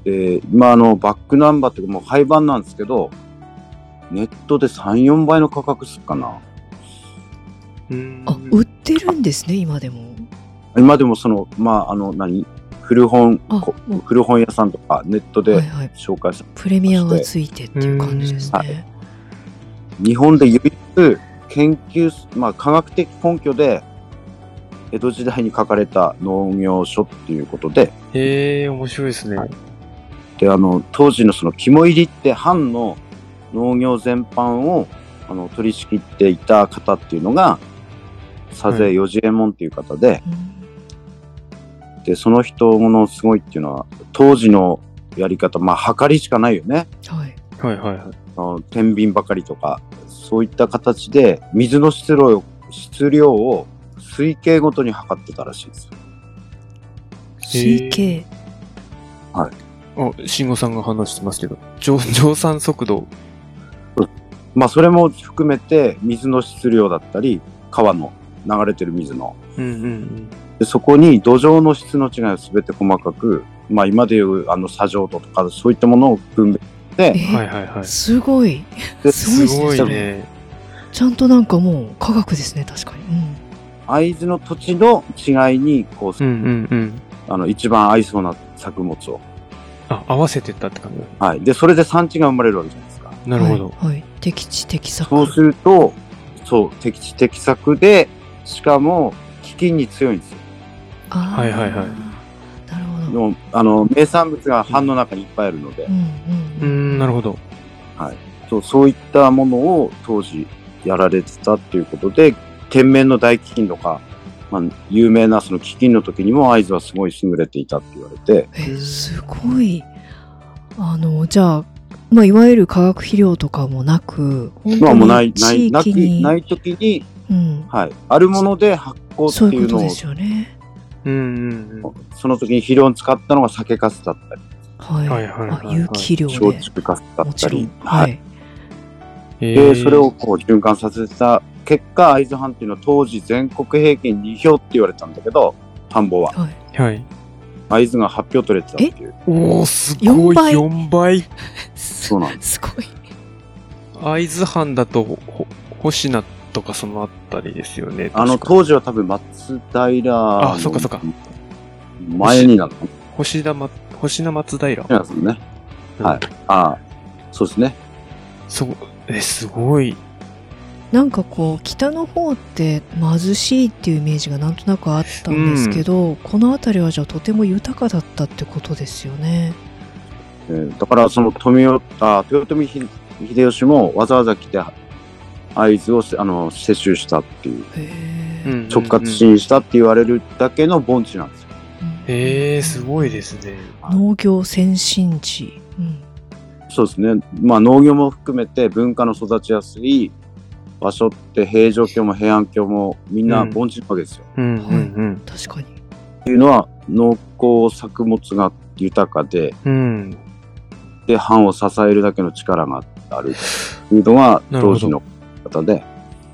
で、今あの、バックナンバーっていうかもう廃盤なんですけど、ネットでさん、よんばいの価格するかな。 うんあ、売ってるんですね、今でも。 今でもその、まあ、あの、何古本、古本屋さんとかネットで紹介されて、はいはい、 プレミアがついてっていう感じですね。はい、 日本で唯一研究、まあ、科学的根拠で江戸時代に書かれた農業書っていうことで。 へえ、面白いですね。はい、 で、あの、当時のその肝入りって藩の農業全般をあの取り仕切っていた方っていうのが、佐勢与次右衛門っていう方で、うん、で、その人のすごいっていうのは、当時のやり方、まあ、計りしかないよね。 はい。 はいはいはい。 あの天秤ばかりとか、そういった形で、水の質量、質量を水系ごとに測ってたらしいんですよ。 水系はい。 あ、慎吾さんが話してますけど、蒸蒸散速度。 まあ、それも含めて、水の質量だったり、川の流れてる水の。 うんうんうん、 でそこに土壌の質の違いをすべて細かく、まあ、今でいうあの砂浄土とか、そういったものを分別して、 はいはいはい。 すごい。 すごいね。 ちゃんとなんかもう科学ですね、確かに。うん、 会津の土地の違いに、こう、 うんうんうん、 あの、一番合いそうな作物を。 あ、合わせてったって感じ。 はい。で、それで産地が生まれるわけじゃないですか。 なるほど。 はい。はい、適地適作。 そうすると、そう、適地適作で、しかも、飢饉に強いんですよ。 あはいはいはい。 なるほど。 のあの、名産物が藩の中にいっぱいあるので。 うん、 うん、うん、なるほど。 はい。そう、そういったものを当時やられてたっていうことで、天然の大飢饉とか、まあ、有名なその飢饉の時にも会津はすごい優れていたって言われて。 え、すごい。あの、じゃあ、まあ、いわゆる化学肥料とかもなく、本当に地域に、 まあ、もうない、ない、ない時に、 うん、 はい。あるもので発酵っていうのを、そういうことですよね。 うんうんうん、 その時に肥料に使ったのが酒粕だったり。 はい。はいはいはい、はい。有機肥料で。 焼酎粕だったり。 はい。 で、それをこう循環させた結果、会津藩っていうのは当時全国平均に票って言われたんだけど、田んぼは。 はい。はい。 会津がはち票取れてたっていう。 おー、すごい。よんばい。 そうなんです。 すごい。 会津藩だと、ほ、星名とかそのあたりですよね。 あの、当時は多分松平。 あ、そっかそっか。 前になったの。 星名、星名松平。 そうですね。うん、はい。ああ、そうですね。 そう、え、すごい。 なんかこう北の方って貧しいっていうイメージがなんとなくあったんですけど、うん、この辺りはじゃあとても豊かだったってことですよね。 えー、だからその富よあ豊臣秀吉もわざわざ来て会津をあの接収したっていう、直轄地にしたって言われるだけの盆地なんですよ。 へえー、すごいですね。 農業先進地、うん、 そうですね。まあ農業も含めて文化の育ちやすい場所って平城京も平安京もみんな盆地なわけですよ。 うんうんうんうん、 確かに。 っていうのは農耕作物が豊かで、 うん、 で藩を支えるだけの力があるというのが当時の方で、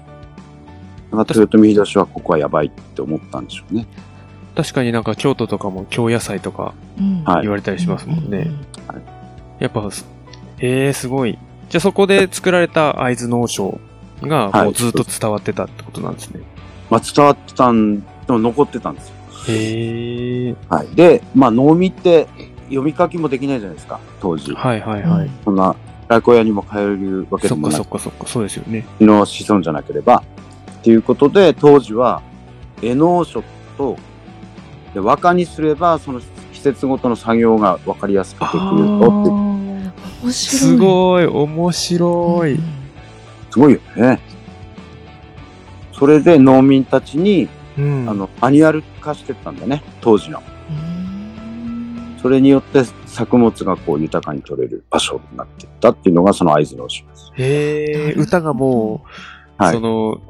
豊臣秀吉はここはやばいって思ったんでしょうね。 確かになんか京都とかも京野菜とか言われたりしますもんね。やっぱ、えー、すごい。じゃあそこで作られた会津農商がもうずっと伝わってたってことなんですね。 はい、まあ伝わってたん、でも残ってたんですよ。 へー。 はい。で、まあ農民って読み書きもできないじゃないですか、当時。 はいはいはい。 そんな、来小屋にも通えるわけでもない。 そっかそっかそっか、そうですよね。 の子孫じゃなければ。っていうことで、当時は、絵農書と、で和歌にすれば、その季節ごとの作業が分かりやすくできるよって。 面白い。 すごい、面白い。うん、 すごいよね。それで農民たちに、うん、あの、マニュアル化してったんだね、当時の。それによって作物がこう豊かに取れる場所になっていったっていうのがその会津農商です。 へえ、歌がもう、はい、その、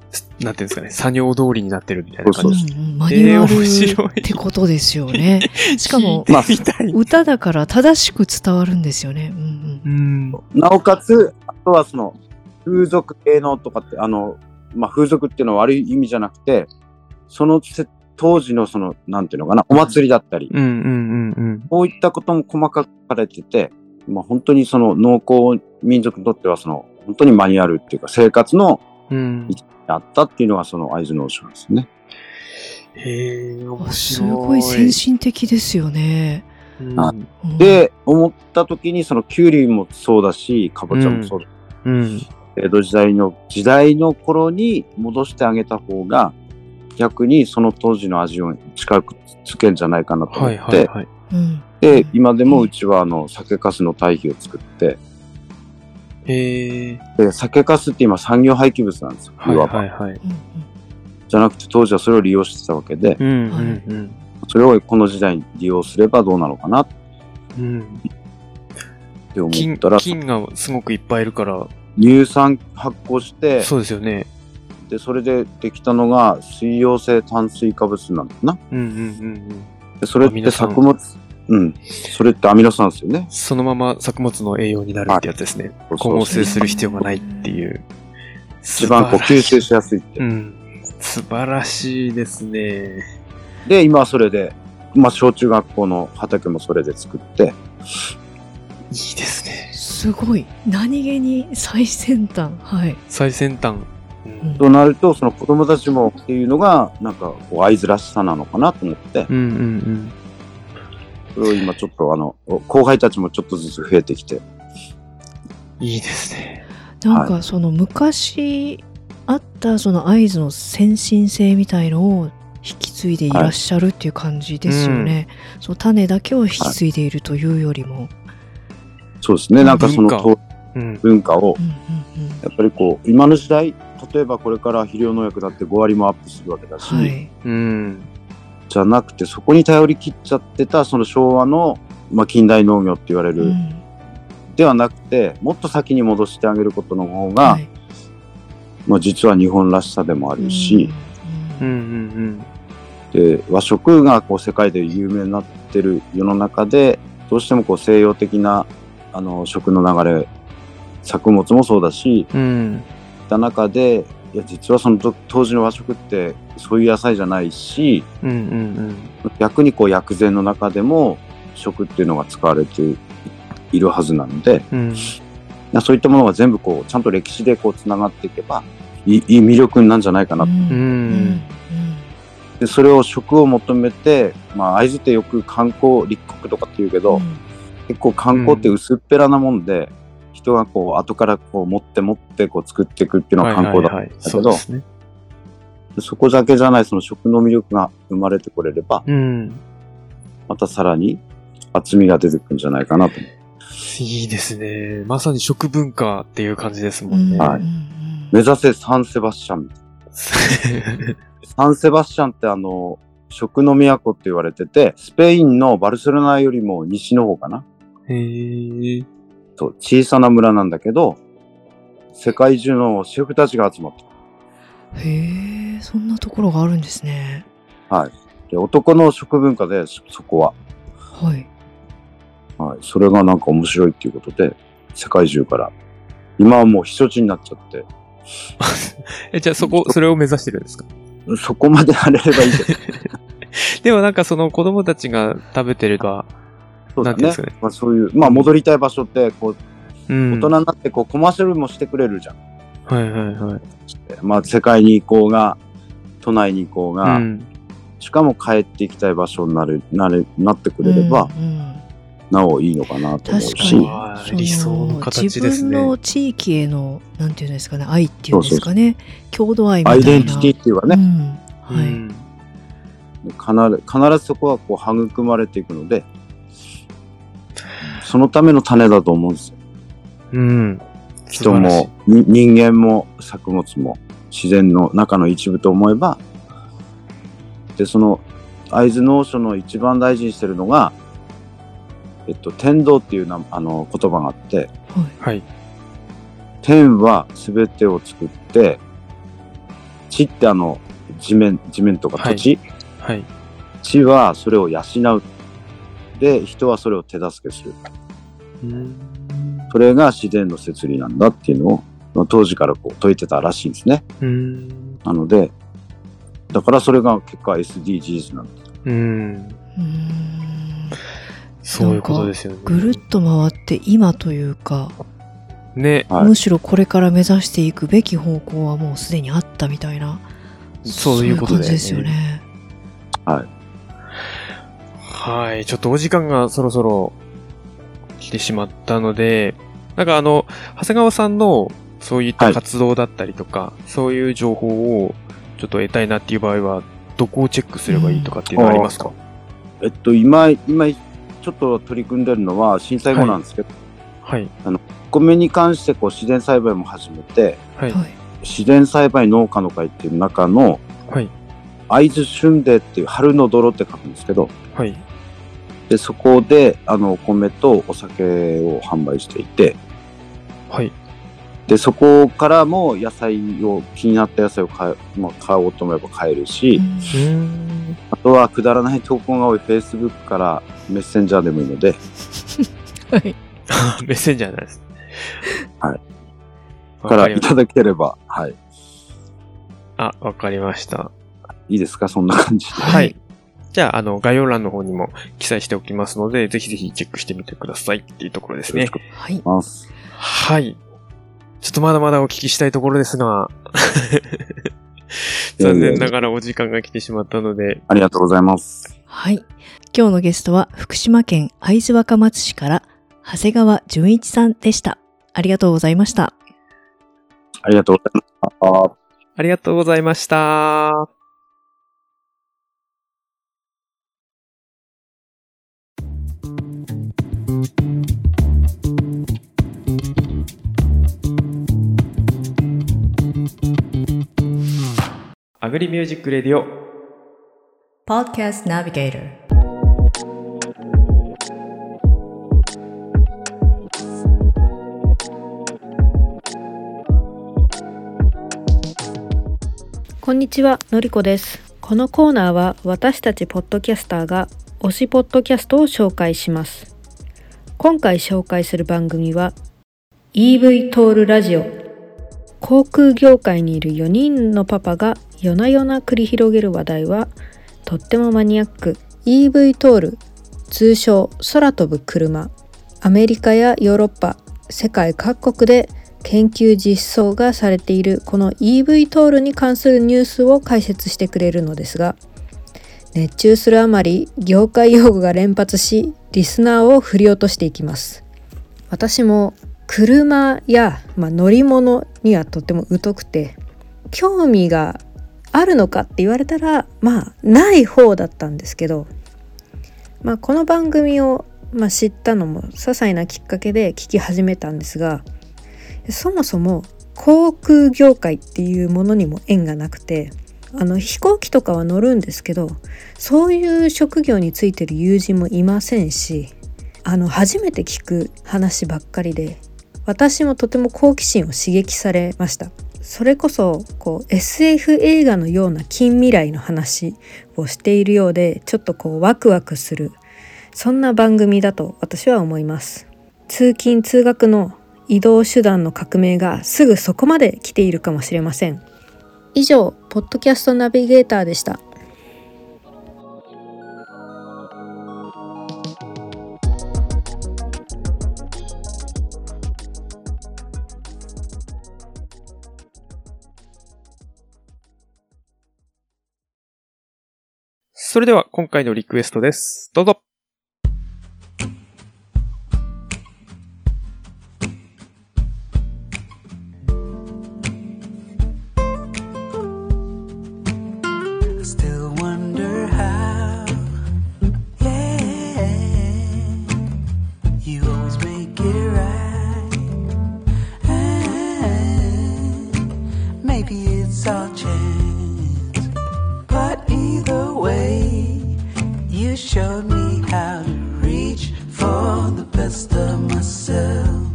なんていうんですかね、作業通りになってるみたいな感じ。 うんうん、マニュアルってことですよね。しかも、まあ、歌だから正しく伝わるんですよね。うんうん、 なおかつ、あとはその、風俗芸能とかって、あの、まあ、風俗っていうのは悪い意味じゃなくて、その当時のその、なんていうのかな、お祭りだったり、 うんうんうんうん、 こういったことも細かく書かれてて、まあ、本当にその農耕民族にとってはその、本当にマニュアルっていうか生活の、うん、あったっていうのがその会津農書なんですね。 へえ、面白い。 すごい先進的ですよね。 うん、で、思った時にそのキュウリもそうだし、かぼちゃもそうだし、うんうん、江戸時代の時代の頃に戻してあげた方が逆にその当時の味を近くつけるんじゃないかなと思って、はいはいはい、で、今でもうちはあの酒粕の堆肥を作って、 へで酒粕って今産業廃棄物なんですよ。 はいはいはい。 じゃなくて当時はそれを利用してたわけで、うんうんうん、それをこの時代に利用すればどうなのかな、うん、って思ったら、 菌がすごくいっぱいいるから乳酸発酵して、 そうですよね。 でそれでできたのが水溶性炭水化物なんだな。 うんうんうんうん。 でそれって作物、うん、それってアミノ酸ですよね。 そのまま作物の栄養になるってやつですね。はい、混合性する必要がないっていう。 一番こう吸収しやすいって。 うん。素晴らしいですね。 で、今はそれで、まあ、小中学校の畑もそれで作って。いいですね。 すごい。何気に最先端。はい。 最先端。 うん、となると、その子供たちもっていうのが、なんか、こう、会津らしさなのかなと思って。 うんうんうん。 それを今ちょっと、あの、後輩たちもちょっとずつ増えてきて。 いいですね。 なんか、その昔あったその会津の先進性みたいのを引き継いでいらっしゃるっていう感じですよね。はい、うん、その種だけを引き継いでいるというよりも。はい、 そうですね。なんかその文化、うん、文化を、やっぱりこう、今の時代、例えばこれから肥料農薬だってご割もアップするわけだし、はい、うん、じゃなくてそこに頼り切っちゃってたその昭和の、まあ、近代農業って言われる、うん、ではなくてもっと先に戻してあげることの方が、はい、まあ、実は日本らしさでもあるし、うんうんうん、で和食がこう世界で有名になってる世の中でどうしてもこう西洋的なあの食の流れ作物もそうだし、うん、た中でいや実はその当時の和食ってそういう野菜じゃないし、うんうんうん、逆にこう薬膳の中でも食っていうのが使われているはずなので、うん、そういったものが全部こうちゃんと歴史でこうつながっていけばいい、いい魅力なんじゃないかなと、うんうん、でそれを食を求めて、まあ、会津ってよく観光立国とかって言うけど、うん、結構観光って薄っぺらなもんで、うん、人がこう後からこう持って持ってこう作っていくっていうのは観光だったんだけど、そこだけじゃないその食の魅力が生まれてこれれば、うん、またさらに厚みが出てくるんじゃないかなと。 いいですね。まさに食文化っていう感じですもんね。はい。 目指せサンセバスチャン。サンセバスチャンってあの食の都って言われてて、スペインのバルセロナよりも西の方かな。へー。そう、小さな村なんだけど、世界中のシェフたちが集まってる。へえ、そんなところがあるんですね。 はい。で、男の食文化で、そ、そこは。 はい。 はい。それがなんか面白いっていうことで、世界中から。今はもう避暑地になっちゃって。 え、じゃあそこ、それを目指してるんですか？ そこまでやれればいいけど。 でもなんかその子供たちが食べてるか、 そうだね。なんていうんですかね。まあそういう、まあ戻りたい場所って、こう、うん、大人になってこうコマーシャルもしてくれるじゃん。 はいはいはい。 まあ世界に行こうが、都内に行こうが、うん、しかも帰っていきたい場所になる、なる、なってくれれば、うんうん、なおいいのかなと思うし。 確かに理想の形ですね。 自分の地域への、なんていうんですかね、愛っていうんですかね、郷土愛みたいな。 アイデンティティっていうかね。うん、 はい、うん。 必ず、必ずそこはこう育まれていくので、そのための種だと思うんですよ。 うん。 人も、人間も作物も自然の中の一部と思えば、で、その会津農書の一番大事にしてるのが、えっと、天道っていうなあの言葉があって、 はい。 天はすべてを作って、 地ってあの、地面、地面とか土地、 はい。はい。 地はそれを養う。で、人はそれを手助けする。 うん、 それが自然の摂理なんだっていうのを、まあ、当時からこう説いてたらしいんですね。 うん、 なので、だからそれが結果 エスディージーズ なんです。 うん。うんそういうことですよね。 ぐるっと回って今というか、 ね、 はい、むしろこれから目指していくべき方向はもうすでにあったみたいな、 そういうことだよね。 そういう感じですよね。 はい。 はい。ちょっとお時間がそろそろ来てしまったので、なんかあの、長谷川さんのそういった活動だったりとか、はい、そういう情報をちょっと得たいなっていう場合は、どこをチェックすればいいとかっていうのはありますか？ うん、えっと、今、今、ちょっと取り組んでるのは震災後なんですけど、 はい。はい、 あの、お米に関してこう自然栽培も始めて、 はい。 自然栽培農家の会っていう中の、 はい。 会津春泥っていう春の泥って書くんですけど、 はい。 で、そこで、あの、お米とお酒を販売していて、 はい。 で、そこからも野菜を、気になった野菜を買,、まあ、買おうと思えば買えるし、 うん、 あとはくだらない投稿が多い Facebook からメッセンジャーでもいいので、 はい。 メッセンジャーなんです。 はい。からいただければ、はい。 あ、わかりました。 いいですか、そんな感じで。 はい。じゃあ、あの、概要欄の方にも記載しておきますので、ぜひぜひチェックしてみてくださいっていうところですね。 はい。 はい。ちょっとまだまだお聞きしたいところですが、残念ながらお時間が来てしまったので。 ありがとうございます。 はい。今日のゲストは福島県会津若松市から長谷川純一さんでした。ありがとうございました。 ありがとうございました。 ありがとうございました。アグリミュージックレディオ Podcast Navigator。 こんにちは、のりこです。このコーナーは私たちポッドキャスターが推しポッドキャストを紹介します。今回紹介する番組は イーブイ トールラジオ。航空業界にいるよにんのパパが夜な夜な繰り広げる話題はとってもマニアック。 イーブイ トール、通称空飛ぶ車。アメリカやヨーロッパ、世界各国で研究実装がされているこの イーブイ トールに関するニュースを解説してくれるのですが、熱中するあまり業界用語が連発し、リスナーを振り落としていきます。私も車や、まあ、乗り物にはとても疎くて、興味があるのかって言われたらまあない方だったんですけど、まあ、この番組を、まあ、知ったのも些細なきっかけで聞き始めたんですが、そもそも航空業界っていうものにも縁がなくて、あの飛行機とかは乗るんですけど、そういう職業についてる友人もいませんし、あの初めて聞く話ばっかりで、私もとても好奇心を刺激されました。それこそこう エスエフ 映画のような近未来の話をしているようで、ちょっとこうワクワクする、そんな番組だと私は思います。通勤通学の移動手段の革命がすぐそこまで来ているかもしれません。以上、ポッドキャストナビゲーターでした。 それでは今回のリクエストです。どうぞ。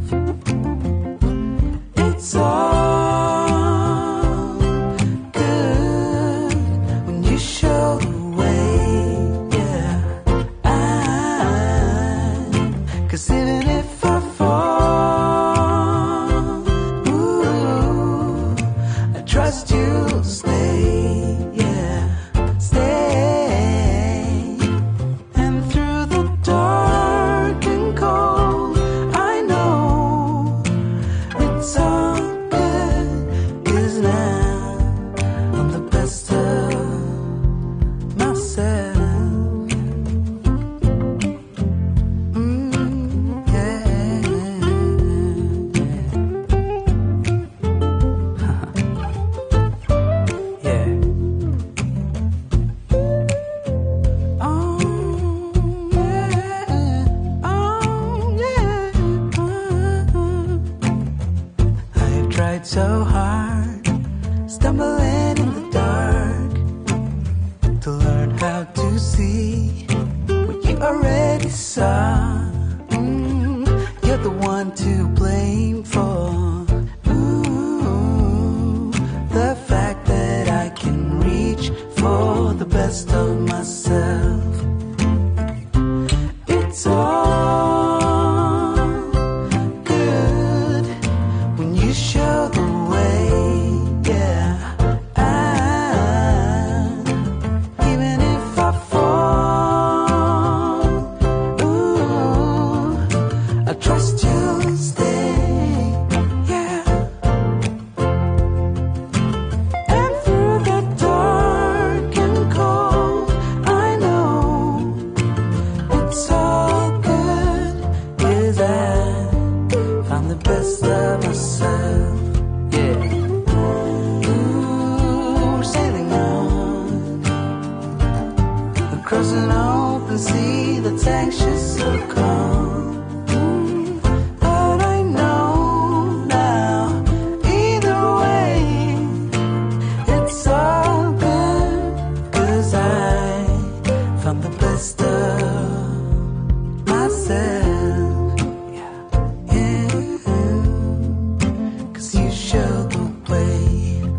It's all good. if I fall, ooh, I trust you'll stay, yeah, stay. And through the dark and cold, I know it's all good, 'cause now I'm the best of myself. So hard, stumbling in the dark, to learn how to see what you already saw. Mm, you're the one to blame for ooh, the fact that I can reach for the best of myself. It's all good when you show the crossing open sea that's anxious or calm. Mm, but I know now, either way, it's all good, 'cause I found the best of myself. Yeah, yeah, 'cause you showed the way.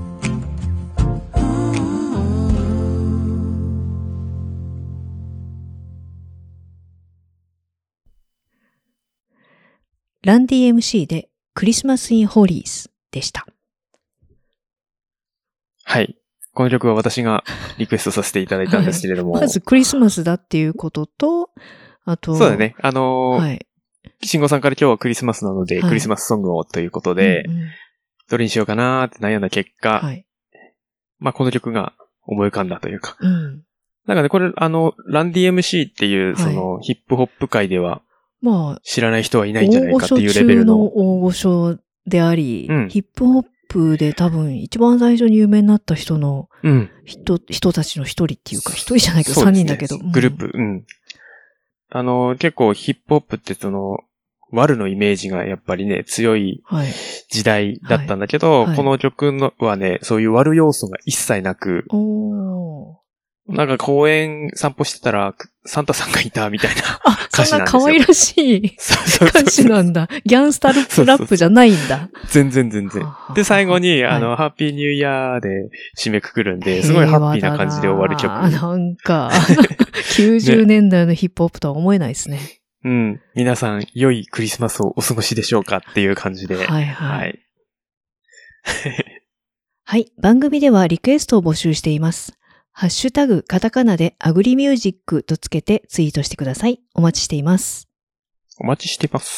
ランディ エムシー でクリスマスインホリースでした。 はい。この曲は私がリクエストさせていただいたんですけれども。 はい、まずクリスマスだっていうことと、あと。 そうだね。あのー、 はい。 慎吾さんから今日はクリスマスなので、はい、クリスマスソングをということで、うんうん、どれにしようかなーって悩んだ結果、はい、まあこの曲が思い浮かんだというか。うん、なんかね、これ、あの、ランディ エムシー っていう、その、はい、ヒップホップ界では、まあ、知らない人はいないんじゃないかっていうレベルの。 大御所中の大御所であり、うん、ヒップホップで多分一番最初に有名になった人の人、うん、人たちの一人っていうか、一人じゃないけど三人だけど。 ね、グループ、うん。あの、結構ヒップホップってその、悪のイメージがやっぱりね、強い時代だったんだけど、はいはい、この曲のはね、そういう悪要素が一切なく、おなんか公園散歩してたら、サンタさんがいたみたいな歌詞なんですよ。 そんな可愛らしい歌詞なんだ。ギャンスタルプラップじゃないんだ。 全然全然。で、最後に、あの、はい、ハッピーニューイヤーで締めくくるんで、すごいハッピーな感じで終わる曲。 なんか、きゅうじゅうねんだいのヒップホップとは思えないですね。 うん。皆さん、良いクリスマスをお過ごしでしょうかっていう感じで。 はいはい。はい。はい。番組ではリクエストを募集しています。ハッシュタグカタカナでアグリミュージックとつけてツイートしてください。お待ちしています。 お待ちしてます。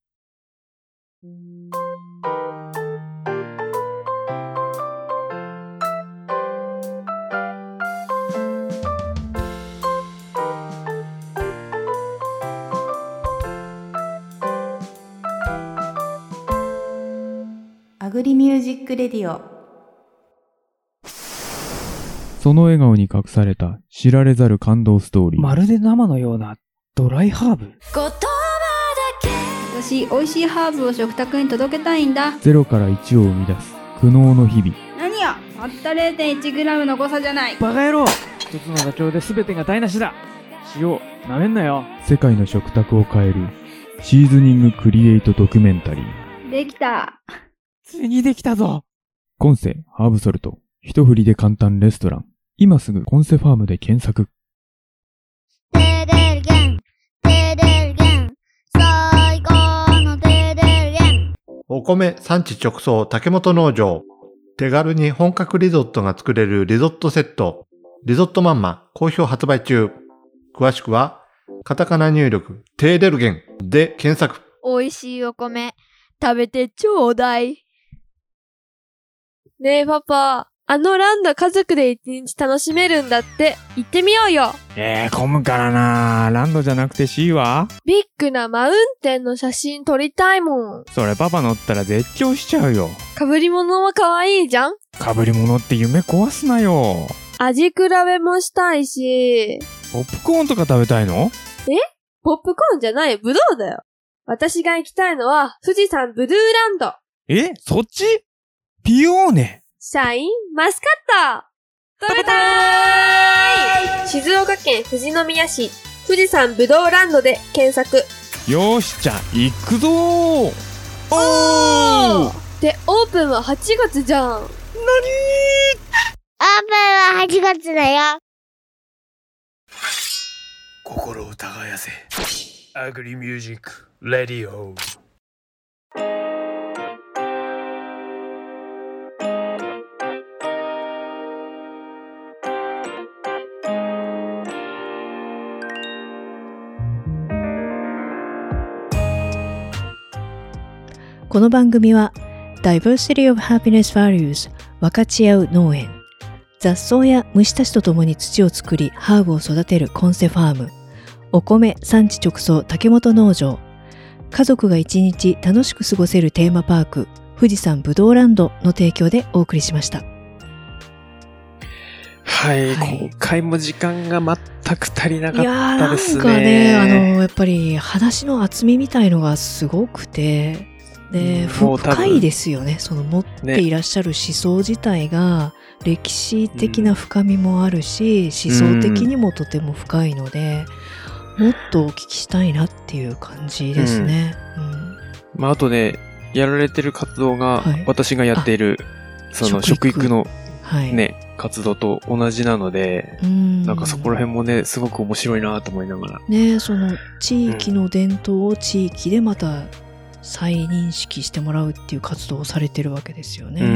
アグリミュージックレディオ。 その笑顔に隠された知られざる感動ストーリー。 まるで生のようなドライハーブ。言葉だけ。私、美味しいハーブを食卓に届けたいんだ。 ゼロからいちを生み出す苦悩の日々。 何や、たった れいてんいちグラム の誤差じゃない。 バカ野郎。一つの妥協で全てが台無しだ。塩、なめんなよ。 世界の食卓を変えるシーズニングクリエイトドキュメンタリー。 できた。 ついにできたぞ。 コンセハーブソルト一振りで簡単レストラン。今すぐコンセファームで検索。テレルゲンテレルゲン最お米産地直送竹本農場。手軽に本格リゾットが作れるリゾットセット。リゾットマンマ好評発売中。詳しくは、カタカナ入力、テーデルゲンで検索。 美味しいお米、食べてちょうだい。 ねえパパ、あのランド家族で一日楽しめるんだって。行ってみようよ。 えー、混むからな。ランドじゃなくて C はビッグなマウンテンの写真撮りたいもん。 それパパ乗ったら絶叫しちゃうよ。 被り物は可愛いじゃん。 被り物って夢壊すなよ。 味比べもしたいし。 ポップコーンとか食べたいの？ え？ポップコーンじゃない、ブドウだよ。私が行きたいのは富士山ブルーランド。 え？そっち？ピオーネ。 シャインマスカット食べたーい。静岡県富士宮市富士山ぶどうランドで検索。 よーし、じゃあ行くぞー。 おーで、オープンははちがつじゃん。なにー？ オープンははちがつだよ。 心を耕せ。アグリミュージックレディオ。 この番組は Diversity of Happiness Values 分かち合う農園、雑草や虫たちと共に土を作りハーブを育てるコンセファーム、お米産地直送竹本農場、家族が一日楽しく過ごせるテーマパーク富士山ぶどうランドの提供でお送りしました。 はい、はい、今回も時間が全く足りなかったですね。 いやーなんかね、あのやっぱり話の厚みみたいのがすごくて、で、深いですよね。その持っていらっしゃる思想自体が歴史的な深みもあるし、うん、思想的にもとても深いので、もっとお聞きしたいなっていう感じですね。うんうん、 まああとね、やられてる活動が、はい、私がやっているその食育のね、はい、活動と同じなので、んなんかそこら辺もねすごく面白いなと思いながら。 ね、その地域の伝統を地域でまた再認識してもらうっていう活動をされてるわけですよね。うん、うん、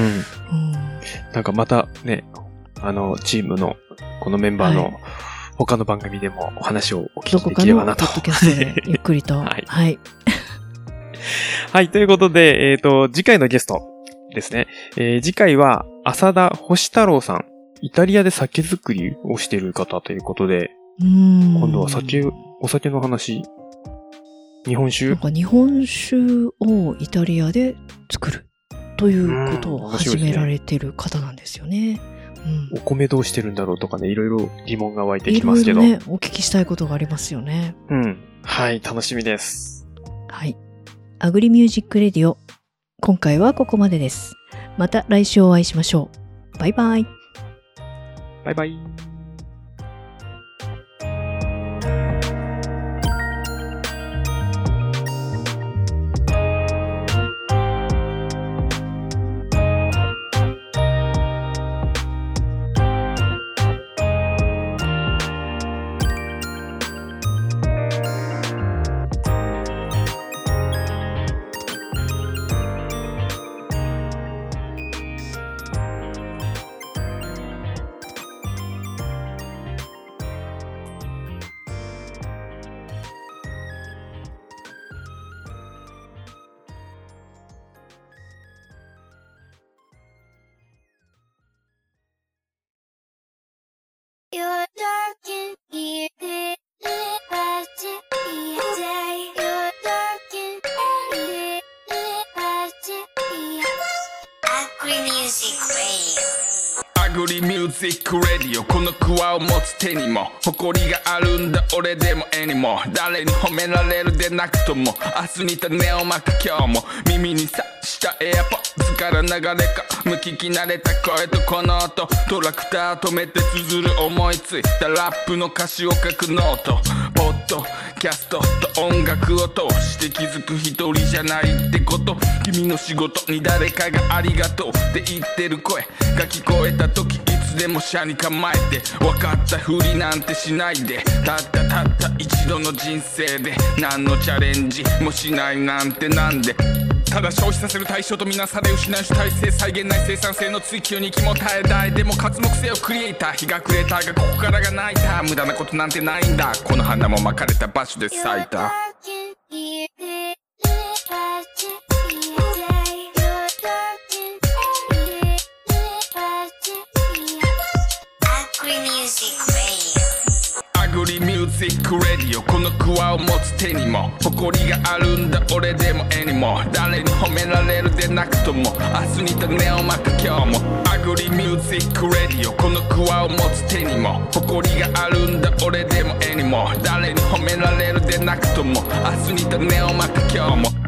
うん。 なんかまたね、あのチームのこのメンバーの他の番組でもお話をお聞きできればなと。 どこかのポッドキャストでゆっくりと。はい。はい。 はい、ということで、えっと、次回のゲストですね。えー、次回は浅田星太郎さん。イタリアで酒造りをしている方ということで、うん今度は酒、お酒の話。日本酒なんか日本酒をイタリアで作るということを始められてる方なんですよね。 うん、お米どうしてるんだろうとかね、いろいろ疑問が湧いてきますけど。 いろいろね、お聞きしたいことがありますよね。 うん。はい、楽しみです。 はい。アグリミュージックレディオ。今回はここまでです。また来週お会いしましょう。バイバイ。 バイバイ。 アグリミュージックレディオ。このクワを持つ手にも誇りがあるんだ俺でも絵にも。誰に褒められるでなくとも明日に種をまく今日も。耳にさしたエアポッズから流れか無聞き慣れた声とこの音。トラクター止めて綴る思いついたラップの歌詞を書くノート。ポッドキャストと音楽を通して気づく一人じゃないってこと。君の仕事に誰かがありがとうって言ってる声が聞こえた時、いつでも車に構えて分かったふりなんてしないで。たったたった一度の人生で何のチャレンジもしないなんてなんで。 ただ消費させる対象とみなされ失う主体性、再現ない生産性の追求に気も耐えたい。でも活目せよクリエイター、日が暮れたがここからが泣いた。無駄なことなんてないんだ、この花もまかれた場所で咲いた。アグリミュージックレディオ、このクワを持つ手にも誇りがあるんだ俺でも絵にも。誰に褒められるでなくとも明日に種をまく今日も。アグリミュージックレディオ、このクワを持つ手にも誇りがあるんだ俺でも絵にも。誰に褒められるでなくとも明日に種をまく今日も。